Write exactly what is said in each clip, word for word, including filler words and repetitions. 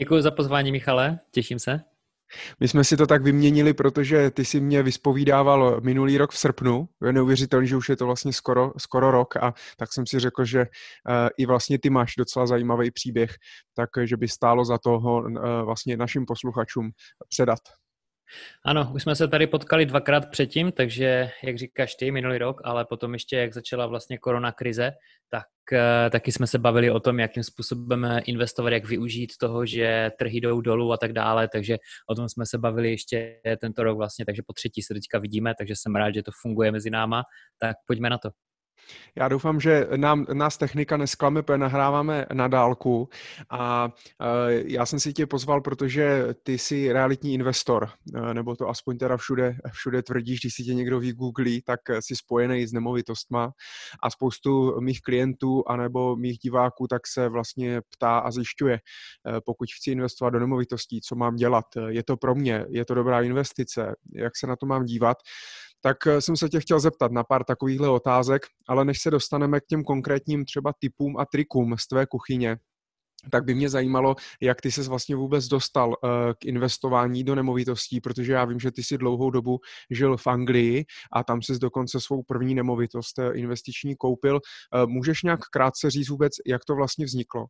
Děkuji za pozvání, Michale, těším se. My jsme si to tak vyměnili, protože ty si mě vyspovídával minulý rok v srpnu. Je neuvěřitelné, že už je to vlastně skoro, skoro rok a tak jsem si řekl, že uh, i vlastně ty máš docela zajímavý příběh, takže by stálo za to ho uh, vlastně našim posluchačům předat. Ano, už jsme se tady potkali dvakrát předtím, takže jak říkáš ty, minulý rok, ale potom ještě, jak začala vlastně korona krize, tak taky jsme se bavili o tom, jakým způsobem investovat, jak využít toho, že trhy jdou dolů a tak dále, takže o tom jsme se bavili ještě tento rok vlastně, takže po třetí se teďka vidíme, takže jsem rád, že to funguje mezi náma, tak pojďme na to. Já doufám, že nám, nás technika nesklame, protože nahráváme na dálku a e, já jsem si tě pozval, protože ty jsi realitní investor, e, nebo to aspoň teda všude, všude tvrdíš, když si tě někdo vygooglí, tak jsi spojený s nemovitostma a spoustu mých klientů anebo mých diváků tak se vlastně ptá a zjišťuje, e, pokud chci investovat do nemovitostí, co mám dělat, je to pro mě, je to dobrá investice, jak se na to mám dívat. Tak jsem se tě chtěl zeptat na pár takovýchhle otázek, ale než se dostaneme k těm konkrétním třeba tipům a trikům z tvé kuchyně, tak by mě zajímalo, jak ty ses vlastně vůbec dostal k investování do nemovitostí, protože já vím, že ty si dlouhou dobu žil v Anglii a tam jsi dokonce svou první nemovitost investiční koupil. Můžeš nějak krátce říct vůbec, jak to vlastně vzniklo?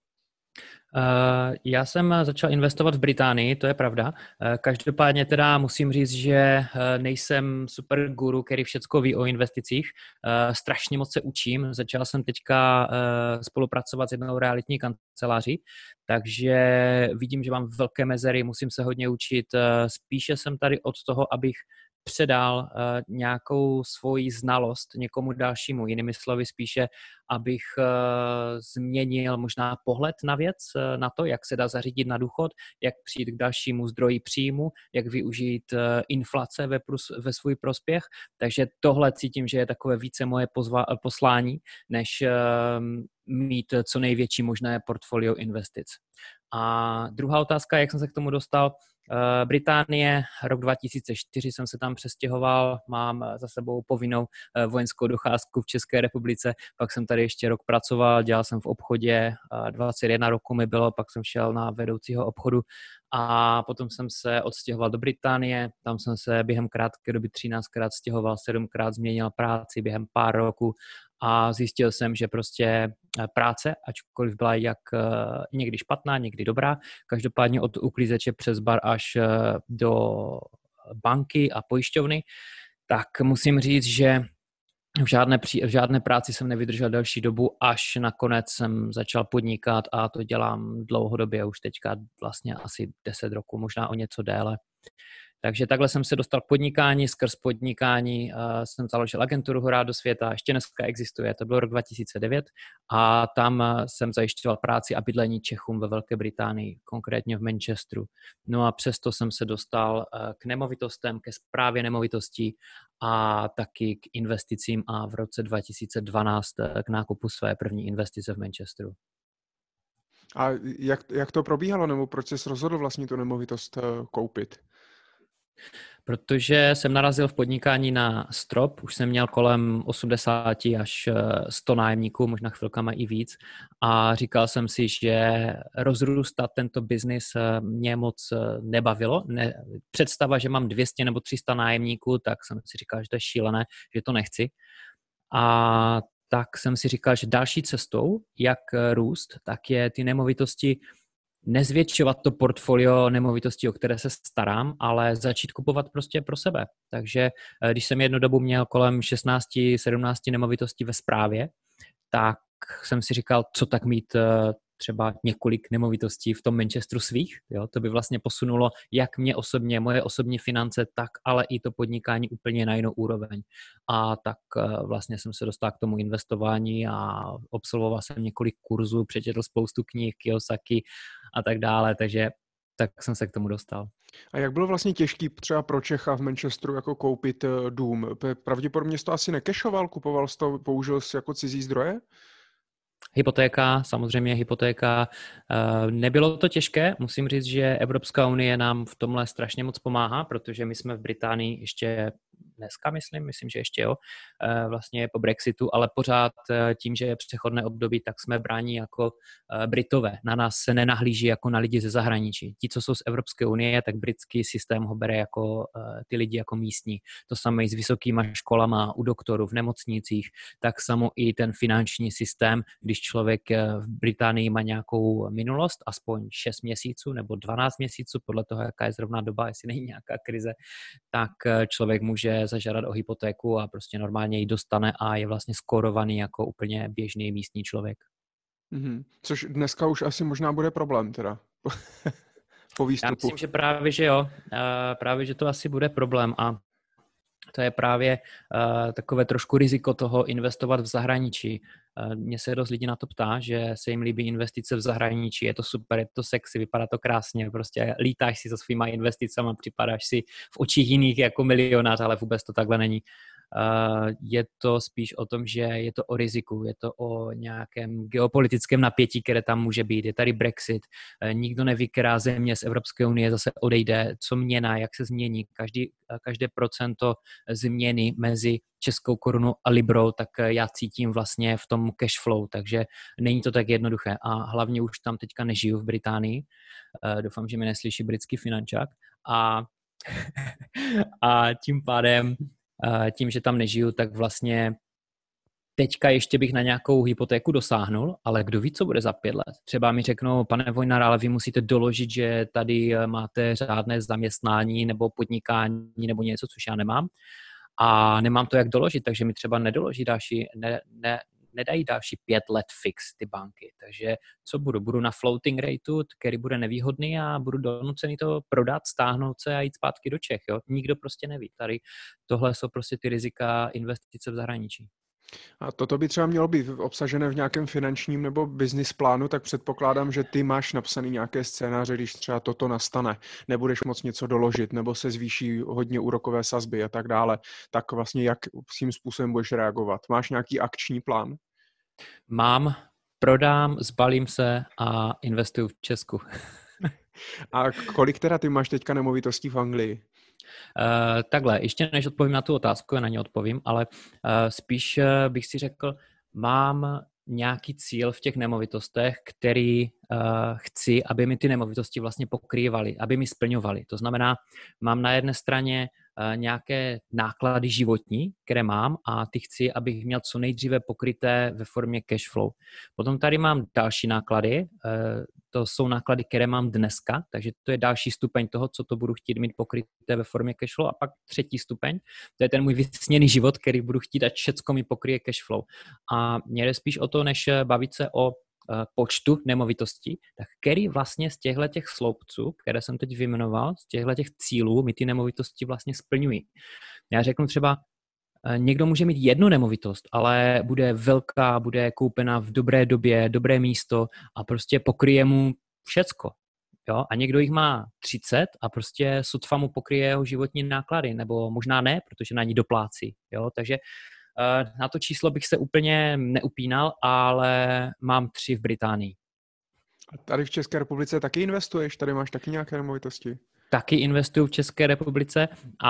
Uh, já jsem začal investovat v Británii, to je pravda. Uh, každopádně teda musím říct, že uh, nejsem super guru, který všecko ví o investicích. Uh, strašně moc se učím. Začal jsem teďka uh, spolupracovat s jednou realitní kanceláří, takže vidím, že mám velké mezery, musím se hodně učit. Uh, spíše jsem tady od toho, abych předal uh, nějakou svoji znalost někomu dalšímu. Jinými slovy spíše, abych uh, změnil možná pohled na věc, uh, na to, jak se dá zařídit na důchod, jak přijít k dalšímu zdroji příjmu, jak využít uh, inflace ve, prus, ve svůj prospěch. Takže tohle cítím, že je takové více moje pozva, poslání, než uh, mít co největší možné portfolio investic. A druhá otázka, jak jsem se k tomu dostal. Británie, rok dva tisíce čtyři jsem se tam přestěhoval, mám za sebou povinnou vojenskou docházku v České republice, pak jsem tady ještě rok pracoval, dělal jsem v obchodě, dvacet jedna roku mi bylo, pak jsem šel na vedoucího obchodu a potom jsem se odstěhoval do Británie, tam jsem se během krátké doby třináctkrát stěhoval, sedmkrát změnil práci během pár roků a zjistil jsem, že prostě práce, ačkoliv byla jak někdy špatná, někdy dobrá, každopádně od uklízeče přes bar až do banky a pojišťovny, tak musím říct, že v žádné, v žádné práci jsem nevydržel delší dobu, až nakonec jsem začal podnikat a to dělám dlouhodobě, už teďka vlastně asi deset roků, možná o něco déle. Takže takhle jsem se dostal k podnikání, skrz podnikání uh, jsem založil agenturu Hurá do světa, ještě dneska existuje, to byl rok dva tisíce devět a tam uh, jsem zajišťoval práci a bydlení Čechům ve Velké Británii, konkrétně v Manchesteru. No a přesto jsem se dostal uh, k nemovitostem, ke správě nemovitostí a taky k investicím a v roce dva tisíce dvanáct uh, k nákupu své první investice v Manchesteru. A jak, jak to probíhalo, nebo proč jsi rozhodl vlastně tu nemovitost uh, koupit? Protože jsem narazil v podnikání na strop, už jsem měl kolem osmdesát až sto nájemníků, možná chvilkama i víc a říkal jsem si, že rozrůstat tento biznis mě moc nebavilo. Ne, představa, že mám dvě stě nebo tři sta nájemníků, tak jsem si říkal, že to je šílené, že to nechci. A tak jsem si říkal, že další cestou, jak růst, tak je ty nemovitosti nezvětšovat to portfolio nemovitostí, o které se starám, ale začít kupovat prostě pro sebe. Takže když jsem jednu dobu měl kolem šestnáct sedmnáct nemovitostí ve správě, tak jsem si říkal, co tak mít třeba několik nemovitostí v tom Manchesteru svých. Jo? To by vlastně posunulo jak mě osobně, moje osobní finance, tak ale i to podnikání úplně na jinou úroveň. A tak vlastně jsem se dostal k tomu investování a absolvoval jsem několik kurzů, přečetl spoustu knih, Kiyosaki a tak dále, takže tak jsem se k tomu dostal. A jak bylo vlastně těžký třeba pro Čecha v Manchesteru jako koupit dům? Pravděpodobně jsi to asi nekešoval, kupoval jsi to, použil jsi jako cizí zdroje? Hypotéka, samozřejmě hypotéka. Nebylo to těžké, musím říct, že Evropská unie nám v tomhle strašně moc pomáhá, protože my jsme v Británii ještě dneska, myslím, myslím, že ještě jo, vlastně po Brexitu, ale pořád tím, že je přechodné období, tak jsme bráni jako Britové. Na nás se nenahlíží jako na lidi ze zahraničí. Ti, co jsou z Evropské unie, tak britský systém ho bere jako ty lidi jako místní. To samé s vysokýma školama, u doktorů, v nemocnicích, tak samo i ten finanční systém, když člověk v Británii má nějakou minulost, aspoň šest měsíců nebo dvanáct měsíců, podle toho, jaká je zrovna doba, jestli není nějaká krize, tak člověk může zažádat o hypotéku a prostě normálně ji dostane a je vlastně skórovaný jako úplně běžný místní člověk. Mm-hmm. Což dneska už asi možná bude problém teda. Po výstupu. Já myslím, že právě, že jo. Právě, že to asi bude problém a to je právě uh, takové trošku riziko toho investovat v zahraničí. Uh, Mně se dost lidí na to ptá, že se jim líbí investice v zahraničí, je to super, je to sexy, vypadá to krásně, prostě lítáš si za svýma investicama, připadáš si v očích jiných jako milionář, ale vůbec to takhle není. Uh, je to spíš o tom, že je to o riziku, je to o nějakém geopolitickém napětí, které tam může být. Je tady Brexit, uh, nikdo neví, která země z Evropské unie zase odejde, co měna, jak se změní. Každý, uh, každé procento změny mezi českou korunou a librou, tak uh, já cítím vlastně v tom cash flow, takže není to tak jednoduché. A hlavně už tam teďka nežiju v Británii. Uh, doufám, že mi neslyší britský finančák. A, a tím pádem tím, že tam nežiju, tak vlastně teďka ještě bych na nějakou hypotéku dosáhnul, ale kdo ví, co bude za pět let. Třeba mi řeknou, pane Vojnar, ale vy musíte doložit, že tady máte řádné zaměstnání nebo podnikání nebo něco, což já nemám. A nemám to jak doložit, takže mi třeba nedoloží další, ne, ne, nedají další pět let fix ty banky. Takže co budu? Budu na floating rateu, který bude nevýhodný a budu donucený to prodat, stáhnout se a jít zpátky do Čech. Jo? Nikdo prostě neví. Tady tohle jsou prostě ty rizika investice v zahraničí. A toto by třeba mělo být obsažené v nějakém finančním nebo business plánu, tak předpokládám, že ty máš napsaný nějaké scénáře, když třeba toto nastane, nebudeš moc něco doložit, nebo se zvýší hodně úrokové sazby a tak dále, tak vlastně jak s tím způsobem budeš reagovat? Máš nějaký akční plán? Mám, prodám, zbalím se a investuju v Česku. A kolik teda ty máš teďka nemovitostí v Anglii? Uh, takhle, ještě než odpovím na tu otázku, já na ně odpovím, ale uh, spíš uh, bych si řekl, mám nějaký cíl v těch nemovitostech, který uh, chci, aby mi ty nemovitosti vlastně pokrývaly, aby mi splňovaly. To znamená, mám na jedné straně uh, nějaké náklady životní, které mám a ty chci, abych měl co nejdříve pokryté ve formě cash flow. Potom tady mám další náklady, uh, to jsou náklady, které mám dneska, takže to je další stupeň toho, co to budu chtít mít pokryté ve formě cash flow. A pak třetí stupeň, to je ten můj vysněný život, který budu chtít, ať všecko mi pokryje cash flow. A mě jde spíš o to, než bavit se o uh, počtu nemovitostí, tak který vlastně z těchto těch sloupců, které jsem teď vyjmenoval, z těchto těch cílů mi ty nemovitosti vlastně splňují. Já řeknu třeba, někdo může mít jednu nemovitost, ale bude velká, bude koupena v dobré době, dobré místo a prostě pokryje mu všecko. Jo? A někdo jich má třicet a prostě sotva mu pokryje jeho životní náklady, nebo možná ne, protože na ní doplácí. Jo? Takže uh, na to číslo bych se úplně neupínal, ale mám tři v Británii. A tady v České republice taky investuješ? Tady máš taky nějaké nemovitosti? Taky investuju v České republice,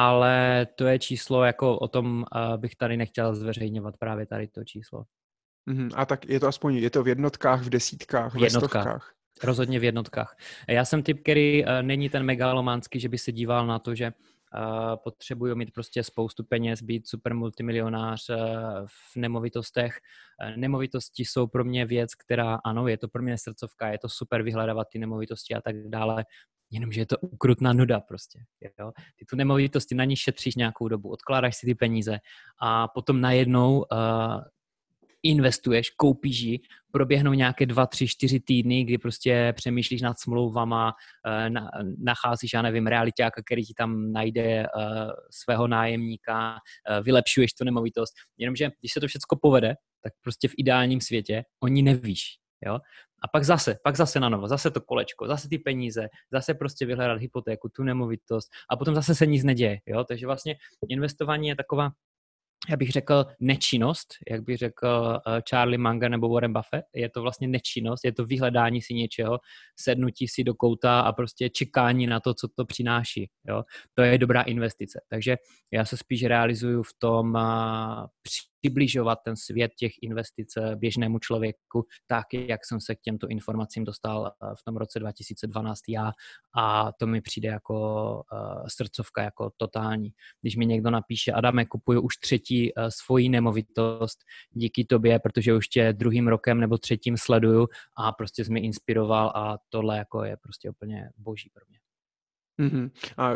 ale to je číslo, jako o tom uh, bych tady nechtěl zveřejňovat právě tady to číslo. Mm, a tak je to aspoň, je to v jednotkách, v desítkách, v jednotkách. Ve stovkách? Rozhodně v jednotkách. Já jsem typ, který uh, není ten megalománský, že by se díval na to, že Uh, potřebuju mít prostě spoustu peněz, být super multimilionář uh, v nemovitostech. Uh, nemovitosti jsou pro mě věc, která, ano, je to pro mě srdcovka, je to super vyhledávat ty nemovitosti a tak dále, jenomže je to ukrutná nuda prostě. Jo? Ty tu nemovitosti, na ní šetříš nějakou dobu, odkládáš si ty peníze a potom najednou uh, investuješ, koupíš ji, proběhnou nějaké dva, tři, čtyři týdny, kdy prostě přemýšlíš nad smlouvama, na, nacházíš, já nevím, realitáka, který ti tam najde uh, svého nájemníka, uh, vylepšuješ tu nemovitost, jenomže když se to všechno povede, tak prostě v ideálním světě oni nevíš, jo. A pak zase, pak zase na novo, zase to kolečko, zase ty peníze, zase prostě vyhledat hypotéku, tu nemovitost a potom zase se nic neděje, jo. Takže vlastně investování je taková já bych řekl, nečinnost, jak bych řekl Charlie Munger nebo Warren Buffett. Je to vlastně nečinnost, je to vyhledání si něčeho, sednutí si do kouta a prostě čekání na to, co to přináší. Jo? To je dobrá investice. Takže já se spíš realizuju v tom přibližovat ten svět těch investic běžnému člověku tak, jak jsem se k těmto informacím dostal v tom roce dva tisíce dvanáct já, a to mi přijde jako srdcovka, jako totální. Když mi někdo napíše: Adame, kupuju už třetí svoji nemovitost díky tobě, protože už tě druhým rokem nebo třetím sleduju a prostě jsi mě inspiroval, a tohle jako je prostě úplně boží pro mě. Mm-hmm. A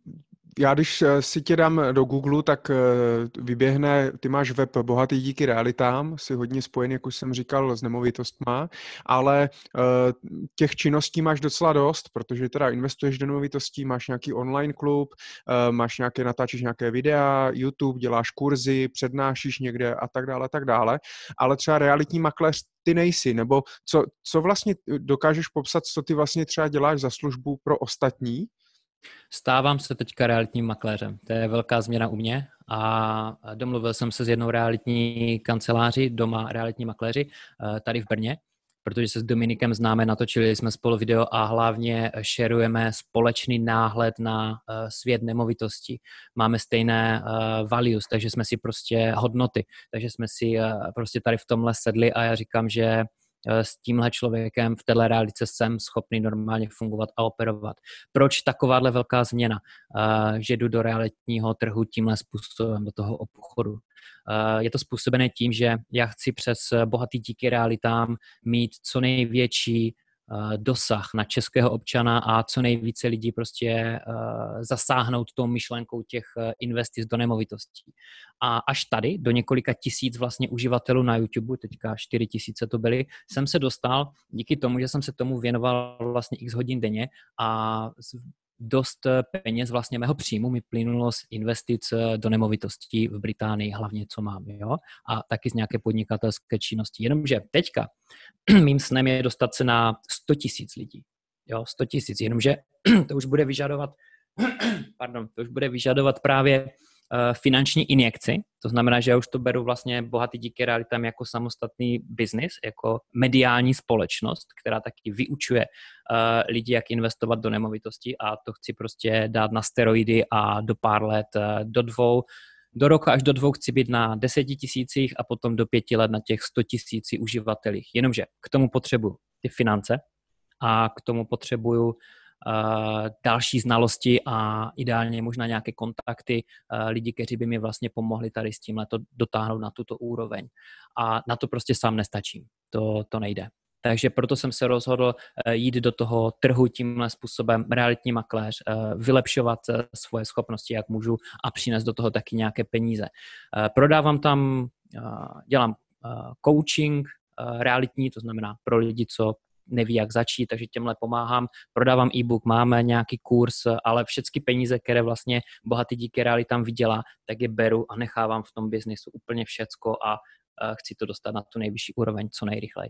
já když si tě dám do Google, tak vyběhne, ty máš web Bohatý díky realitám, jsi hodně spojený, jak už jsem říkal, s nemovitostma, ale těch činností máš docela dost, protože teda investuješ do nemovitostí, máš nějaký online klub, máš nějaké, natáčíš nějaké videa, YouTube, děláš kurzy, přednášíš někde a tak dále, a tak dále, ale třeba realitní makléř ty nejsi, nebo co, co vlastně dokážeš popsat, co ty vlastně třeba děláš za službu pro ostatní? Stávám se teďka realitním makléřem. To je velká změna u mě a domluvil jsem se s jednou realitní kanceláří, doma realitní makléři, tady v Brně, protože se s Dominikem známe, natočili jsme spolu video a hlavně šerujeme společný náhled na svět nemovitostí. Máme stejné values, takže jsme si prostě hodnoty, takže jsme si prostě tady v tomhle sedli a já říkám, že s tímhle člověkem v téhle realice jsem schopný normálně fungovat a operovat. Proč takováhle velká změna, že jdu do realitního trhu tímhle způsobem, do toho obchodu? Je to způsobené tím, že já chci přes Bohatý díky realitám mít co největší dosah na českého občana a co nejvíce lidí prostě zasáhnout tou myšlenkou těch investic do nemovitostí. A až tady, do několika tisíc vlastně uživatelů na YouTube, teďka čtyři tisíce to byly, jsem se dostal díky tomu, že jsem se tomu věnoval vlastně x hodin denně a dost peněz vlastně mého příjmu mi plynulo z investic do nemovitostí v Británii, hlavně co mám, jo, a taky z nějaké podnikatelské činnosti. Jenomže teďka mým snem je dostat se na sto tisíc lidí, jo, sto tisíc, jenomže to už bude vyžadovat, pardon, to už bude vyžadovat právě finanční injekci, to znamená, že já už to beru vlastně Bohatý díky realitám jako samostatný biznis, jako mediální společnost, která taky vyučuje uh, lidi, jak investovat do nemovitostí, a to chci prostě dát na steroidy a do pár let, uh, do dvou, do roka až do dvou chci být na deseti tisících a potom do pěti let na těch sto tisíci uživatelích. Jenomže k tomu potřebuju ty finance a k tomu potřebuju Uh, další znalosti a ideálně možná nějaké kontakty uh, lidí, kteří by mi vlastně pomohli tady s tímhle to dotáhnout na tuto úroveň. A na to prostě sám nestačím. To, to nejde. Takže proto jsem se rozhodl uh, jít do toho trhu tímhle způsobem, realitní makléř, uh, vylepšovat uh, svoje schopnosti, jak můžu, a přinést do toho taky nějaké peníze. Uh, prodávám tam, uh, dělám uh, coaching uh, realitní, to znamená pro lidi, co neví, jak začít, takže těmhle pomáhám. Prodávám e-book, máme nějaký kurz, ale všechny peníze, které vlastně Bohatý díky realitám vydělá, tak je beru a nechávám v tom biznisu úplně všecko a chci to dostat na tu nejvyšší úroveň co nejrychleji.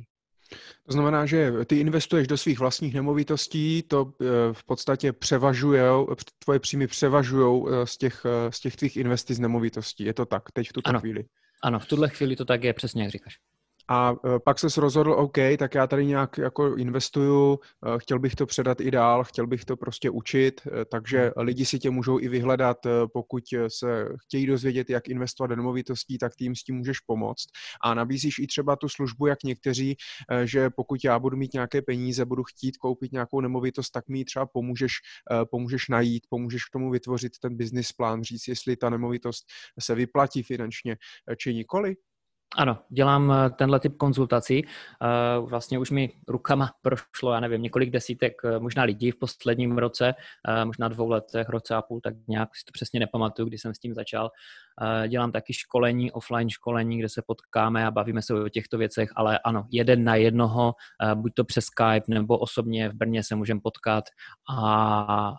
To znamená, že ty investuješ do svých vlastních nemovitostí, to v podstatě převažuje, tvoje příjmy převažují z těch, z těch tvých investic nemovitostí. Je to tak teď v tuto ano. chvíli? Ano, v tuhle chvíli to tak je, přesně jak říkáš. A pak ses rozhodl, OK, tak já tady nějak jako investuju, chtěl bych to předat i dál, chtěl bych to prostě učit, takže lidi si tě můžou i vyhledat, pokud se chtějí dozvědět, jak investovat do nemovitostí, tak ty jim s tím můžeš pomoct. A nabízíš i třeba tu službu, jak někteří, že pokud já budu mít nějaké peníze, budu chtít koupit nějakou nemovitost, tak mi ji třeba pomůžeš, pomůžeš najít, pomůžeš k tomu vytvořit ten business plán, říct, jestli ta nemovitost se vyplatí finančně, či nikoli. Ano, dělám tenhle typ konzultací. Vlastně už mi rukama prošlo, já nevím, několik desítek možná lidí v posledním roce, možná dvou letech, roce a půl, tak nějak si to přesně nepamatuju, kdy jsem s tím začal. Dělám taky školení, offline školení, kde se potkáme a bavíme se o těchto věcech, ale ano, jeden na jednoho, buď to přes Skype nebo osobně v Brně se můžeme potkat a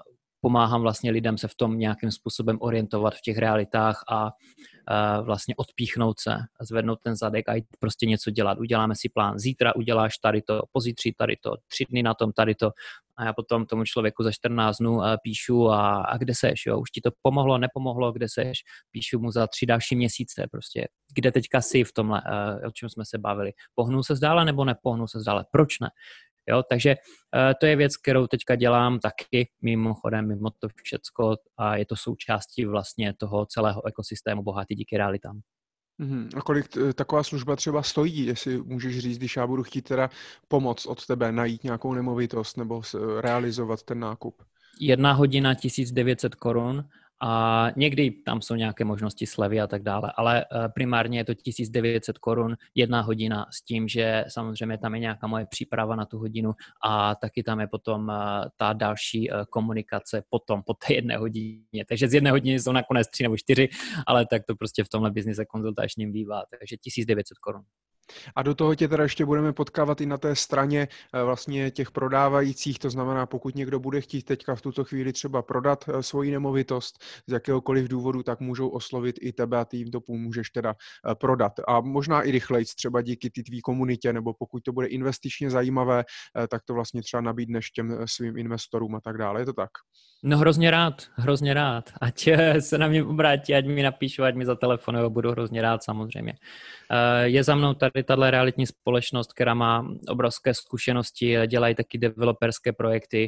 pomáhám vlastně lidem se v tom nějakým způsobem orientovat v těch realitách a uh, vlastně odpíchnout se, zvednout ten zadek a jít prostě něco dělat. Uděláme si plán. Zítra uděláš tady to, pozítří tady to, tři dny na tom tady to. A já potom tomu člověku za čtrnáct dnů uh, píšu a, a kde seš, jo? Už ti to pomohlo, nepomohlo, kde seš? Píšu mu za tři další měsíce prostě. Kde teďka jsi v tomhle, uh, o čem jsme se bavili? Pohnul se zdále nebo nepohnul se zdále? Proč ne? Jo, takže uh, to je věc, kterou teďka dělám taky mimochodem, mimo to všecko a je to součástí vlastně toho celého ekosystému bohatý díky realitám. Uhum. A kolik t- taková služba třeba stojí, jestli můžeš říct, když já budu chtít teda pomoct od tebe najít nějakou nemovitost nebo s- realizovat ten nákup? Jedna hodina tisíc devět set korun a někdy tam jsou nějaké možnosti slevy a tak dále, ale primárně je to tisíc devět set korun jedna hodina s tím, že samozřejmě tam je nějaká moje příprava na tu hodinu a taky tam je potom ta další komunikace potom po té jedné hodině. Takže z jedné hodiny jsou nakonec tři nebo čtyři, ale tak to prostě v tomhle biznise konzultačním bývá, takže tisíc devět set korun. A do toho tě teda ještě budeme potkávat i na té straně vlastně těch prodávajících, to znamená, pokud někdo bude chtít teďka v tuto chvíli třeba prodat svoji nemovitost z jakéhokoliv důvodu, tak můžou oslovit i tebe a ty jim to pomůžeš teda prodat. A možná i rychlejc, třeba díky ty tvý komunitě, nebo pokud to bude investičně zajímavé, tak to vlastně třeba nabídneš těm svým investorům a tak dále. Je to tak? No hrozně rád, hrozně rád. Ať se na mě obrátí, ať mi napíšu, ať mi zatelefonují, budu hrozně rád samozřejmě. Je za mnou tady tato realitní společnost, která má obrovské zkušenosti, dělají taky developerské projekty,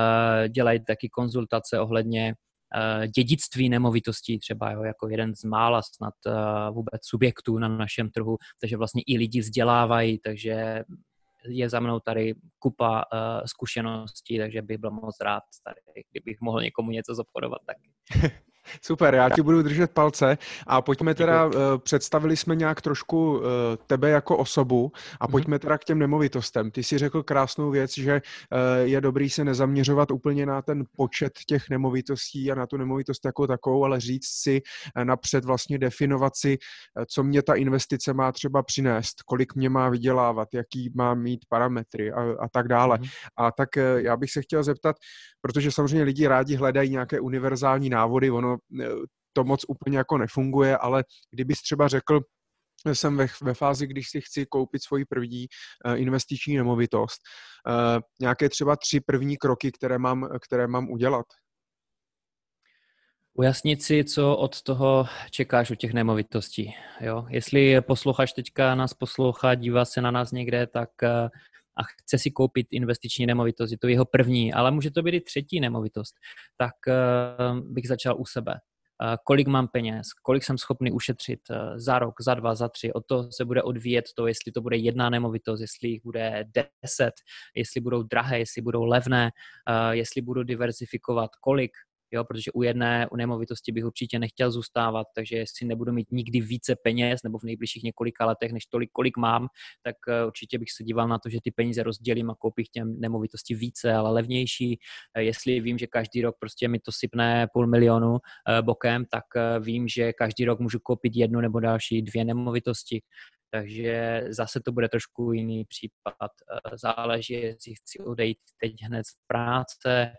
dělají taky konzultace ohledně dědictví nemovitostí, třeba jo, jako jeden z mála snad vůbec subjektů na našem trhu, takže vlastně i lidi vzdělávají, takže je za mnou tady kupa uh, zkušeností, takže bych byl moc rád tady, kdybych mohl někomu něco zobchodovat taky. Super, já ti budu držet palce a pojďme teda, Děkuji. Představili jsme nějak trošku tebe jako osobu a pojďme teda k těm nemovitostem. Ty jsi řekl krásnou věc, že je dobrý se nezaměřovat úplně na ten počet těch nemovitostí a na tu nemovitost jako takovou, ale říct si napřed vlastně definovat si, co mě ta investice má třeba přinést, kolik mě má vydělávat, jaký má mít parametry a, a tak dále. Mm. A tak já bych se chtěl zeptat, protože samozřejmě lidi rádi hledají nějaké univerzální návody, ono to moc úplně jako nefunguje, ale kdybys třeba řekl, jsem ve, ve fázi, když si chci koupit svoji první uh, investiční nemovitost, uh, nějaké třeba tři první kroky, které mám, které mám udělat? Ujasnit si, co od toho čekáš u těch nemovitostí. Jo? Jestli posluchač teďka nás poslouchá, dívá se na nás někde, tak uh, a chce si koupit investiční nemovitost, je to jeho první, ale může to být i třetí nemovitost, tak uh, bych začal u sebe. Uh, kolik mám peněz, kolik jsem schopný ušetřit uh, za rok, za dva, za tři, od toho se bude odvíjet to, jestli to bude jedna nemovitost, jestli jich bude deset, jestli budou drahé, jestli budou levné, uh, jestli budu diverzifikovat, kolik. Jo, protože u jedné u nemovitosti bych určitě nechtěl zůstávat, takže jestli nebudu mít nikdy více peněz nebo v nejbližších několika letech než tolik, kolik mám, tak určitě bych se díval na to, že ty peníze rozdělím a koupím těm nemovitosti více, ale levnější. Jestli vím, že každý rok prostě mi to sypne půl milionu bokem, tak vím, že každý rok můžu koupit jednu nebo další dvě nemovitosti. Takže zase to bude trošku jiný případ. Záleží, jestli chci odejít teď hned z práce,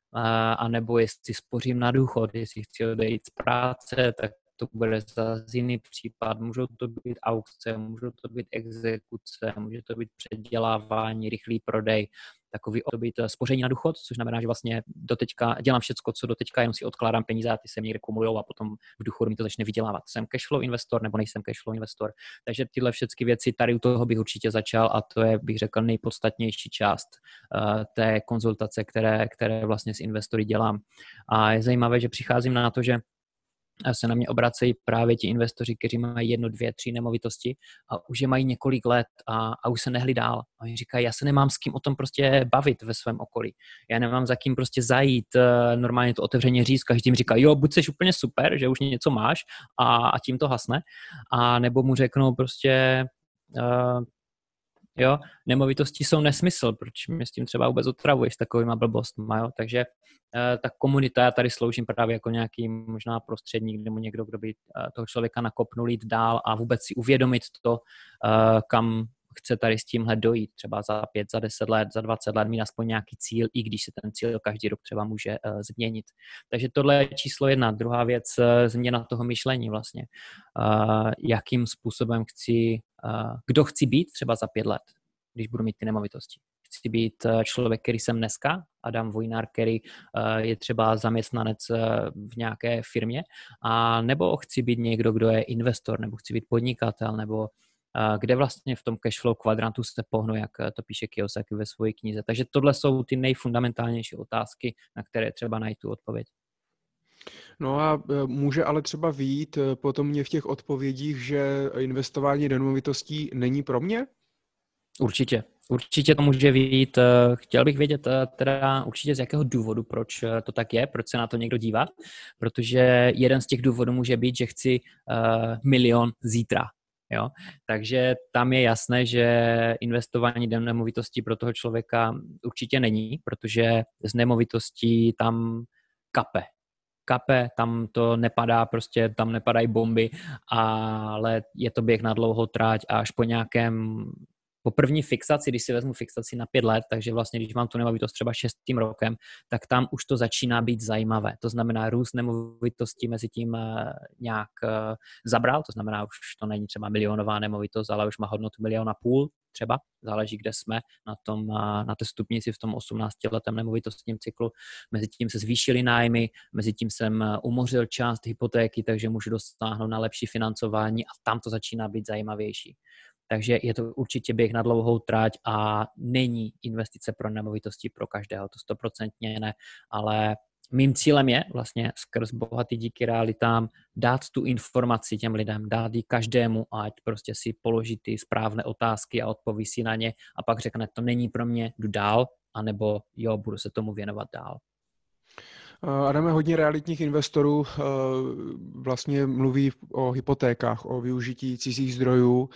a nebo jestli spořím na důchod, jestli chci odejít z práce, tak to bude zase jiný případ. Můžou to být aukce, můžou to být exekuce, může to být předělávání, rychlý prodej, takový to být spoření na důchod, což znamená, že vlastně doteďka dělám všecko, co doteďka, jenom si odkládám peníze a ty se mi někde kumulujou a potom v důchodu mi to začne vydělávat. Jsem cashflow investor nebo nejsem cashflow investor. Takže tyhle všechny věci tady u toho bych určitě začal a to je, bych řekl, nejpodstatnější část uh, té konzultace, které, které vlastně s investory dělám. A je zajímavé, že přicházím na to, že se na mě obracejí právě ti investoři, kteří mají jedno, dvě, tři nemovitosti a už je mají několik let a, a už se nehli dál. A oni říkají, já se nemám s kým o tom prostě bavit ve svém okolí. Já nemám za kým prostě zajít, normálně to otevřeně říct, každý mi říká, jo, buď seš úplně super, že už něco máš a, a tím to hasne, a nebo mu řeknou prostě, uh, jo, nemovitosti jsou nesmysl, proč mě s tím třeba vůbec otravuješ s takovýma blbostma, jo, takže uh, ta komunita, já tady sloužím právě jako nějaký možná prostředník nebo někdo, kdo by uh, toho člověka nakopnul jít dál a vůbec si uvědomit to, uh, kam chce tady s tímhle dojít, třeba za pět, za deset let, za dvacet let mít aspoň nějaký cíl, i když se ten cíl každý rok třeba může uh, změnit. Takže tohle je číslo jedna. Druhá věc, uh, změna toho myšlení vlastně. Uh, jakým způsobem chci, uh, kdo chci být třeba za pět let, když budu mít ty nemovitosti. Chci být člověk, který jsem dneska, Adam Vojnár, který je třeba zaměstnanec v nějaké firmě, a nebo chci být někdo, kdo je investor, nebo chci být podnikatel, nebo kde vlastně v tom cashflow kvadrantu se pohnu, jak to píše Kiyosaki ve své knize. Takže tohle jsou ty nejfundamentálnější otázky, na které třeba najít tu odpověď. No a může ale třeba vyjít potom mě v těch odpovědích, že investování do nemovitostí není pro mě? Určitě. Určitě to může vyjít. Chtěl bych vědět teda určitě z jakého důvodu, proč to tak je, proč se na to někdo dívá, protože jeden z těch důvodů může být, že chci uh, milion zítra. Jo? Takže tam je jasné, že investování do nemovitostí pro toho člověka určitě není, protože z nemovitostí tam kape. kape, tam to nepadá, prostě tam nepadají bomby, ale je to běh na dlouhou tráť a až po nějakém po první fixaci, když si vezmu fixaci na pět let, takže vlastně, když mám tu nemovitost třeba šestým rokem, tak tam už to začíná být zajímavé. To znamená, růst nemovitostí mezi tím nějak zabral, to znamená, už to není třeba milionová nemovitost, ale už má hodnotu milion a půl třeba, záleží, kde jsme na, tom, na té stupnici v tom osmnáctiletém nemovitostním cyklu. Mezi tím se zvýšily nájmy, mezi tím jsem umořil část hypotéky, takže můžu dosáhnout na lepší financování a tam to začíná být zajímavější. Takže je to určitě běh na dlouhou tráť a není investice pro nemovitosti pro každého, to stoprocentně ne, ale mým cílem je vlastně skrz Bohatý díky realitám dát tu informaci těm lidem, dát ji každému, ať prostě si položí ty správné otázky a odpoví si na ně a pak řekne, to není pro mě, jdu dál, anebo jo, budu se tomu věnovat dál. Adame, hodně realitních investorů vlastně mluví o hypotékách, o využití cizích zdrojů,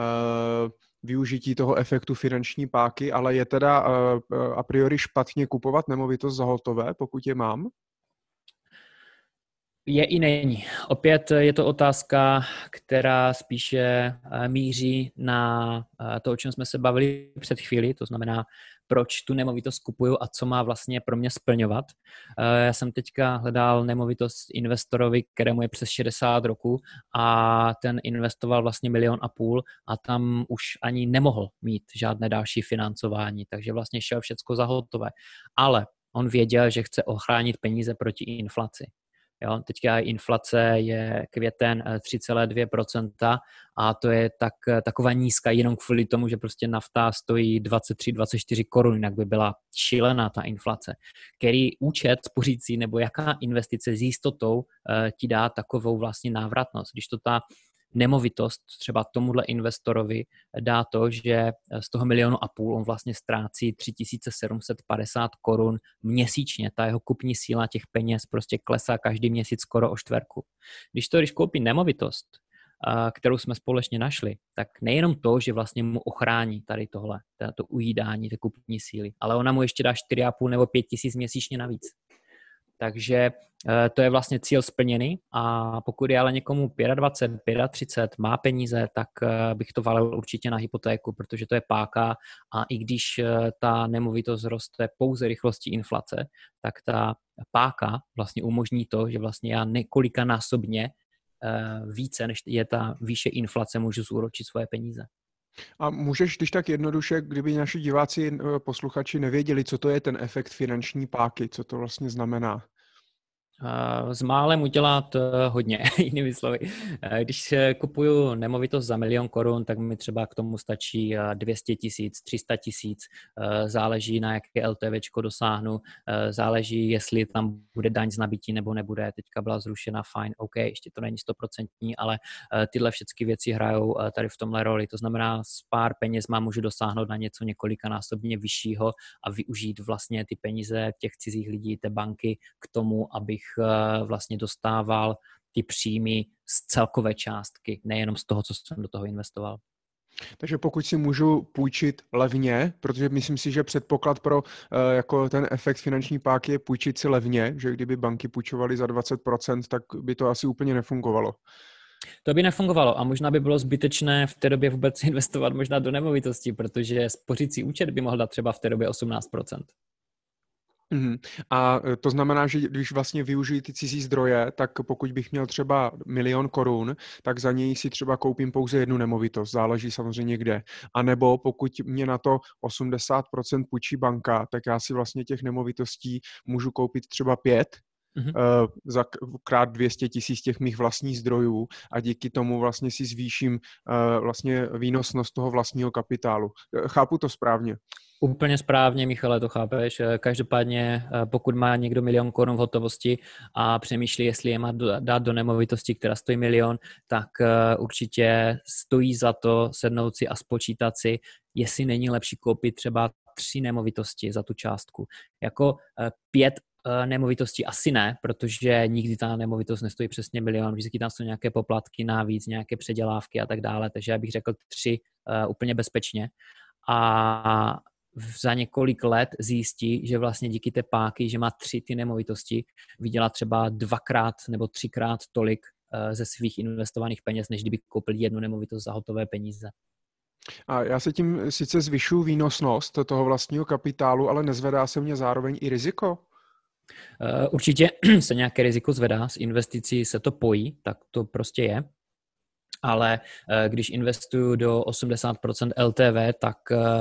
využití toho efektu finanční páky, ale je teda a priori špatně kupovat nemovitost za hotové, pokud je mám? Je i není. Opět je to otázka, která spíše míří na to, o čem jsme se bavili před chvíli, to znamená, proč tu nemovitost kupuju a co má vlastně pro mě splňovat. Já jsem teďka hledal nemovitost investorovi, kterému je přes šedesát roků a ten investoval vlastně milion a půl a tam už ani nemohl mít žádné další financování, takže vlastně šel všecko za hotové. Ale on věděl, že chce ochránit peníze proti inflaci. Jo, teďka inflace je květen tři celá dvě procenta a to je tak, taková nízká jenom kvůli tomu, že prostě nafta stojí dvacet tři dvacet čtyři korun, jinak by byla šílená ta inflace. Který účet spořící nebo jaká investice s jistotou uh, ti dá takovou vlastně návratnost, když to ta nemovitost třeba tomuhle investorovi dá to, že z toho milionu a půl on vlastně ztrácí tři tisíce sedm set padesát korun měsíčně. Ta jeho kupní síla těch peněz prostě klesá každý měsíc skoro o čtverku. Když to, když koupí nemovitost, kterou jsme společně našli, tak nejenom to, že vlastně mu ochrání tady tohle, to ujídání té kupní síly, ale ona mu ještě dá čtyři a půl nebo pět tisíc měsíčně navíc. Takže to je vlastně cíl splněný a pokud je ale někomu dvacet pět, třicet pět, má peníze, tak bych to valil určitě na hypotéku, protože to je páka a i když ta nemovitost roste pouze rychlostí inflace, tak ta páka vlastně umožní to, že vlastně já několikanásobně více, než je ta výše inflace, můžu zúročit svoje peníze. A můžeš, když tak jednoduše, kdyby naši diváci, posluchači nevěděli, co to je ten efekt finanční páky, co to vlastně znamená? S málem udělat hodně, jinými slovy. Když kupuju nemovitost za milion korun, tak mi třeba k tomu stačí dvě stě tisíc, tři sta tisíc, záleží na jaké LTVčko dosáhnu, záleží, jestli tam bude daň z nabití nebo nebude, teďka byla zrušena, fajn, OK, ještě to není stoprocentní, ale tyhle všechny věci hrajou tady v tomhle roli, to znamená, s pár peněz má můžu dosáhnout na něco několikanásobně vyššího a využít vlastně ty peníze těch cizích lidí, té banky k tomu, abych vlastně dostával ty příjmy z celkové částky, nejenom z toho, co jsem do toho investoval. Takže pokud si můžu půjčit levně, protože myslím si, že předpoklad pro jako ten efekt finanční páky je půjčit si levně, že kdyby banky půjčovaly za dvacet procent, tak by to asi úplně nefungovalo. To by nefungovalo a možná by bylo zbytečné v té době vůbec investovat možná do nemovitosti, protože spořící účet by mohl dát třeba v té době osmnáct procent. Mhm. A to znamená, že když vlastně využiji ty cizí zdroje, tak pokud bych měl třeba milion korun, tak za něj si třeba koupím pouze jednu nemovitost, záleží samozřejmě kde. A nebo pokud mě na to osmdesát procent půjčí banka, tak já si vlastně těch nemovitostí můžu koupit třeba pět, Mhm. Uh, za krát dvě stě tisíc těch mých vlastních zdrojů a díky tomu vlastně si zvýším uh, vlastně výnosnost toho vlastního kapitálu. Chápu to správně? Úplně správně, Michale, to chápeš. Každopádně, pokud má někdo milion korun v hotovosti a přemýšlí, jestli je má dát do nemovitosti, která stojí milion, tak určitě stojí za to sednout si a spočítat si, jestli není lepší koupit třeba tři nemovitosti za tu částku. Jako pět nemovitostí asi ne, protože nikdy ta nemovitost nestojí přesně milion, vždycky tam jsou nějaké poplatky navíc, nějaké předělávky a tak dále, takže já bych řekl tři úplně bezpečně. A za několik let zjistí, že vlastně díky té páky, že má tři ty nemovitosti, vydělá třeba dvakrát nebo třikrát tolik ze svých investovaných peněz, než kdyby koupil jednu nemovitost za hotové peníze. A já se tím sice zvyšuju výnosnost toho vlastního kapitálu, ale nezvedá se mě zároveň i riziko? Určitě se nějaké riziko zvedá, s investicí se to pojí, tak to prostě je. Ale když investuju do osmdesát procent L T V, tak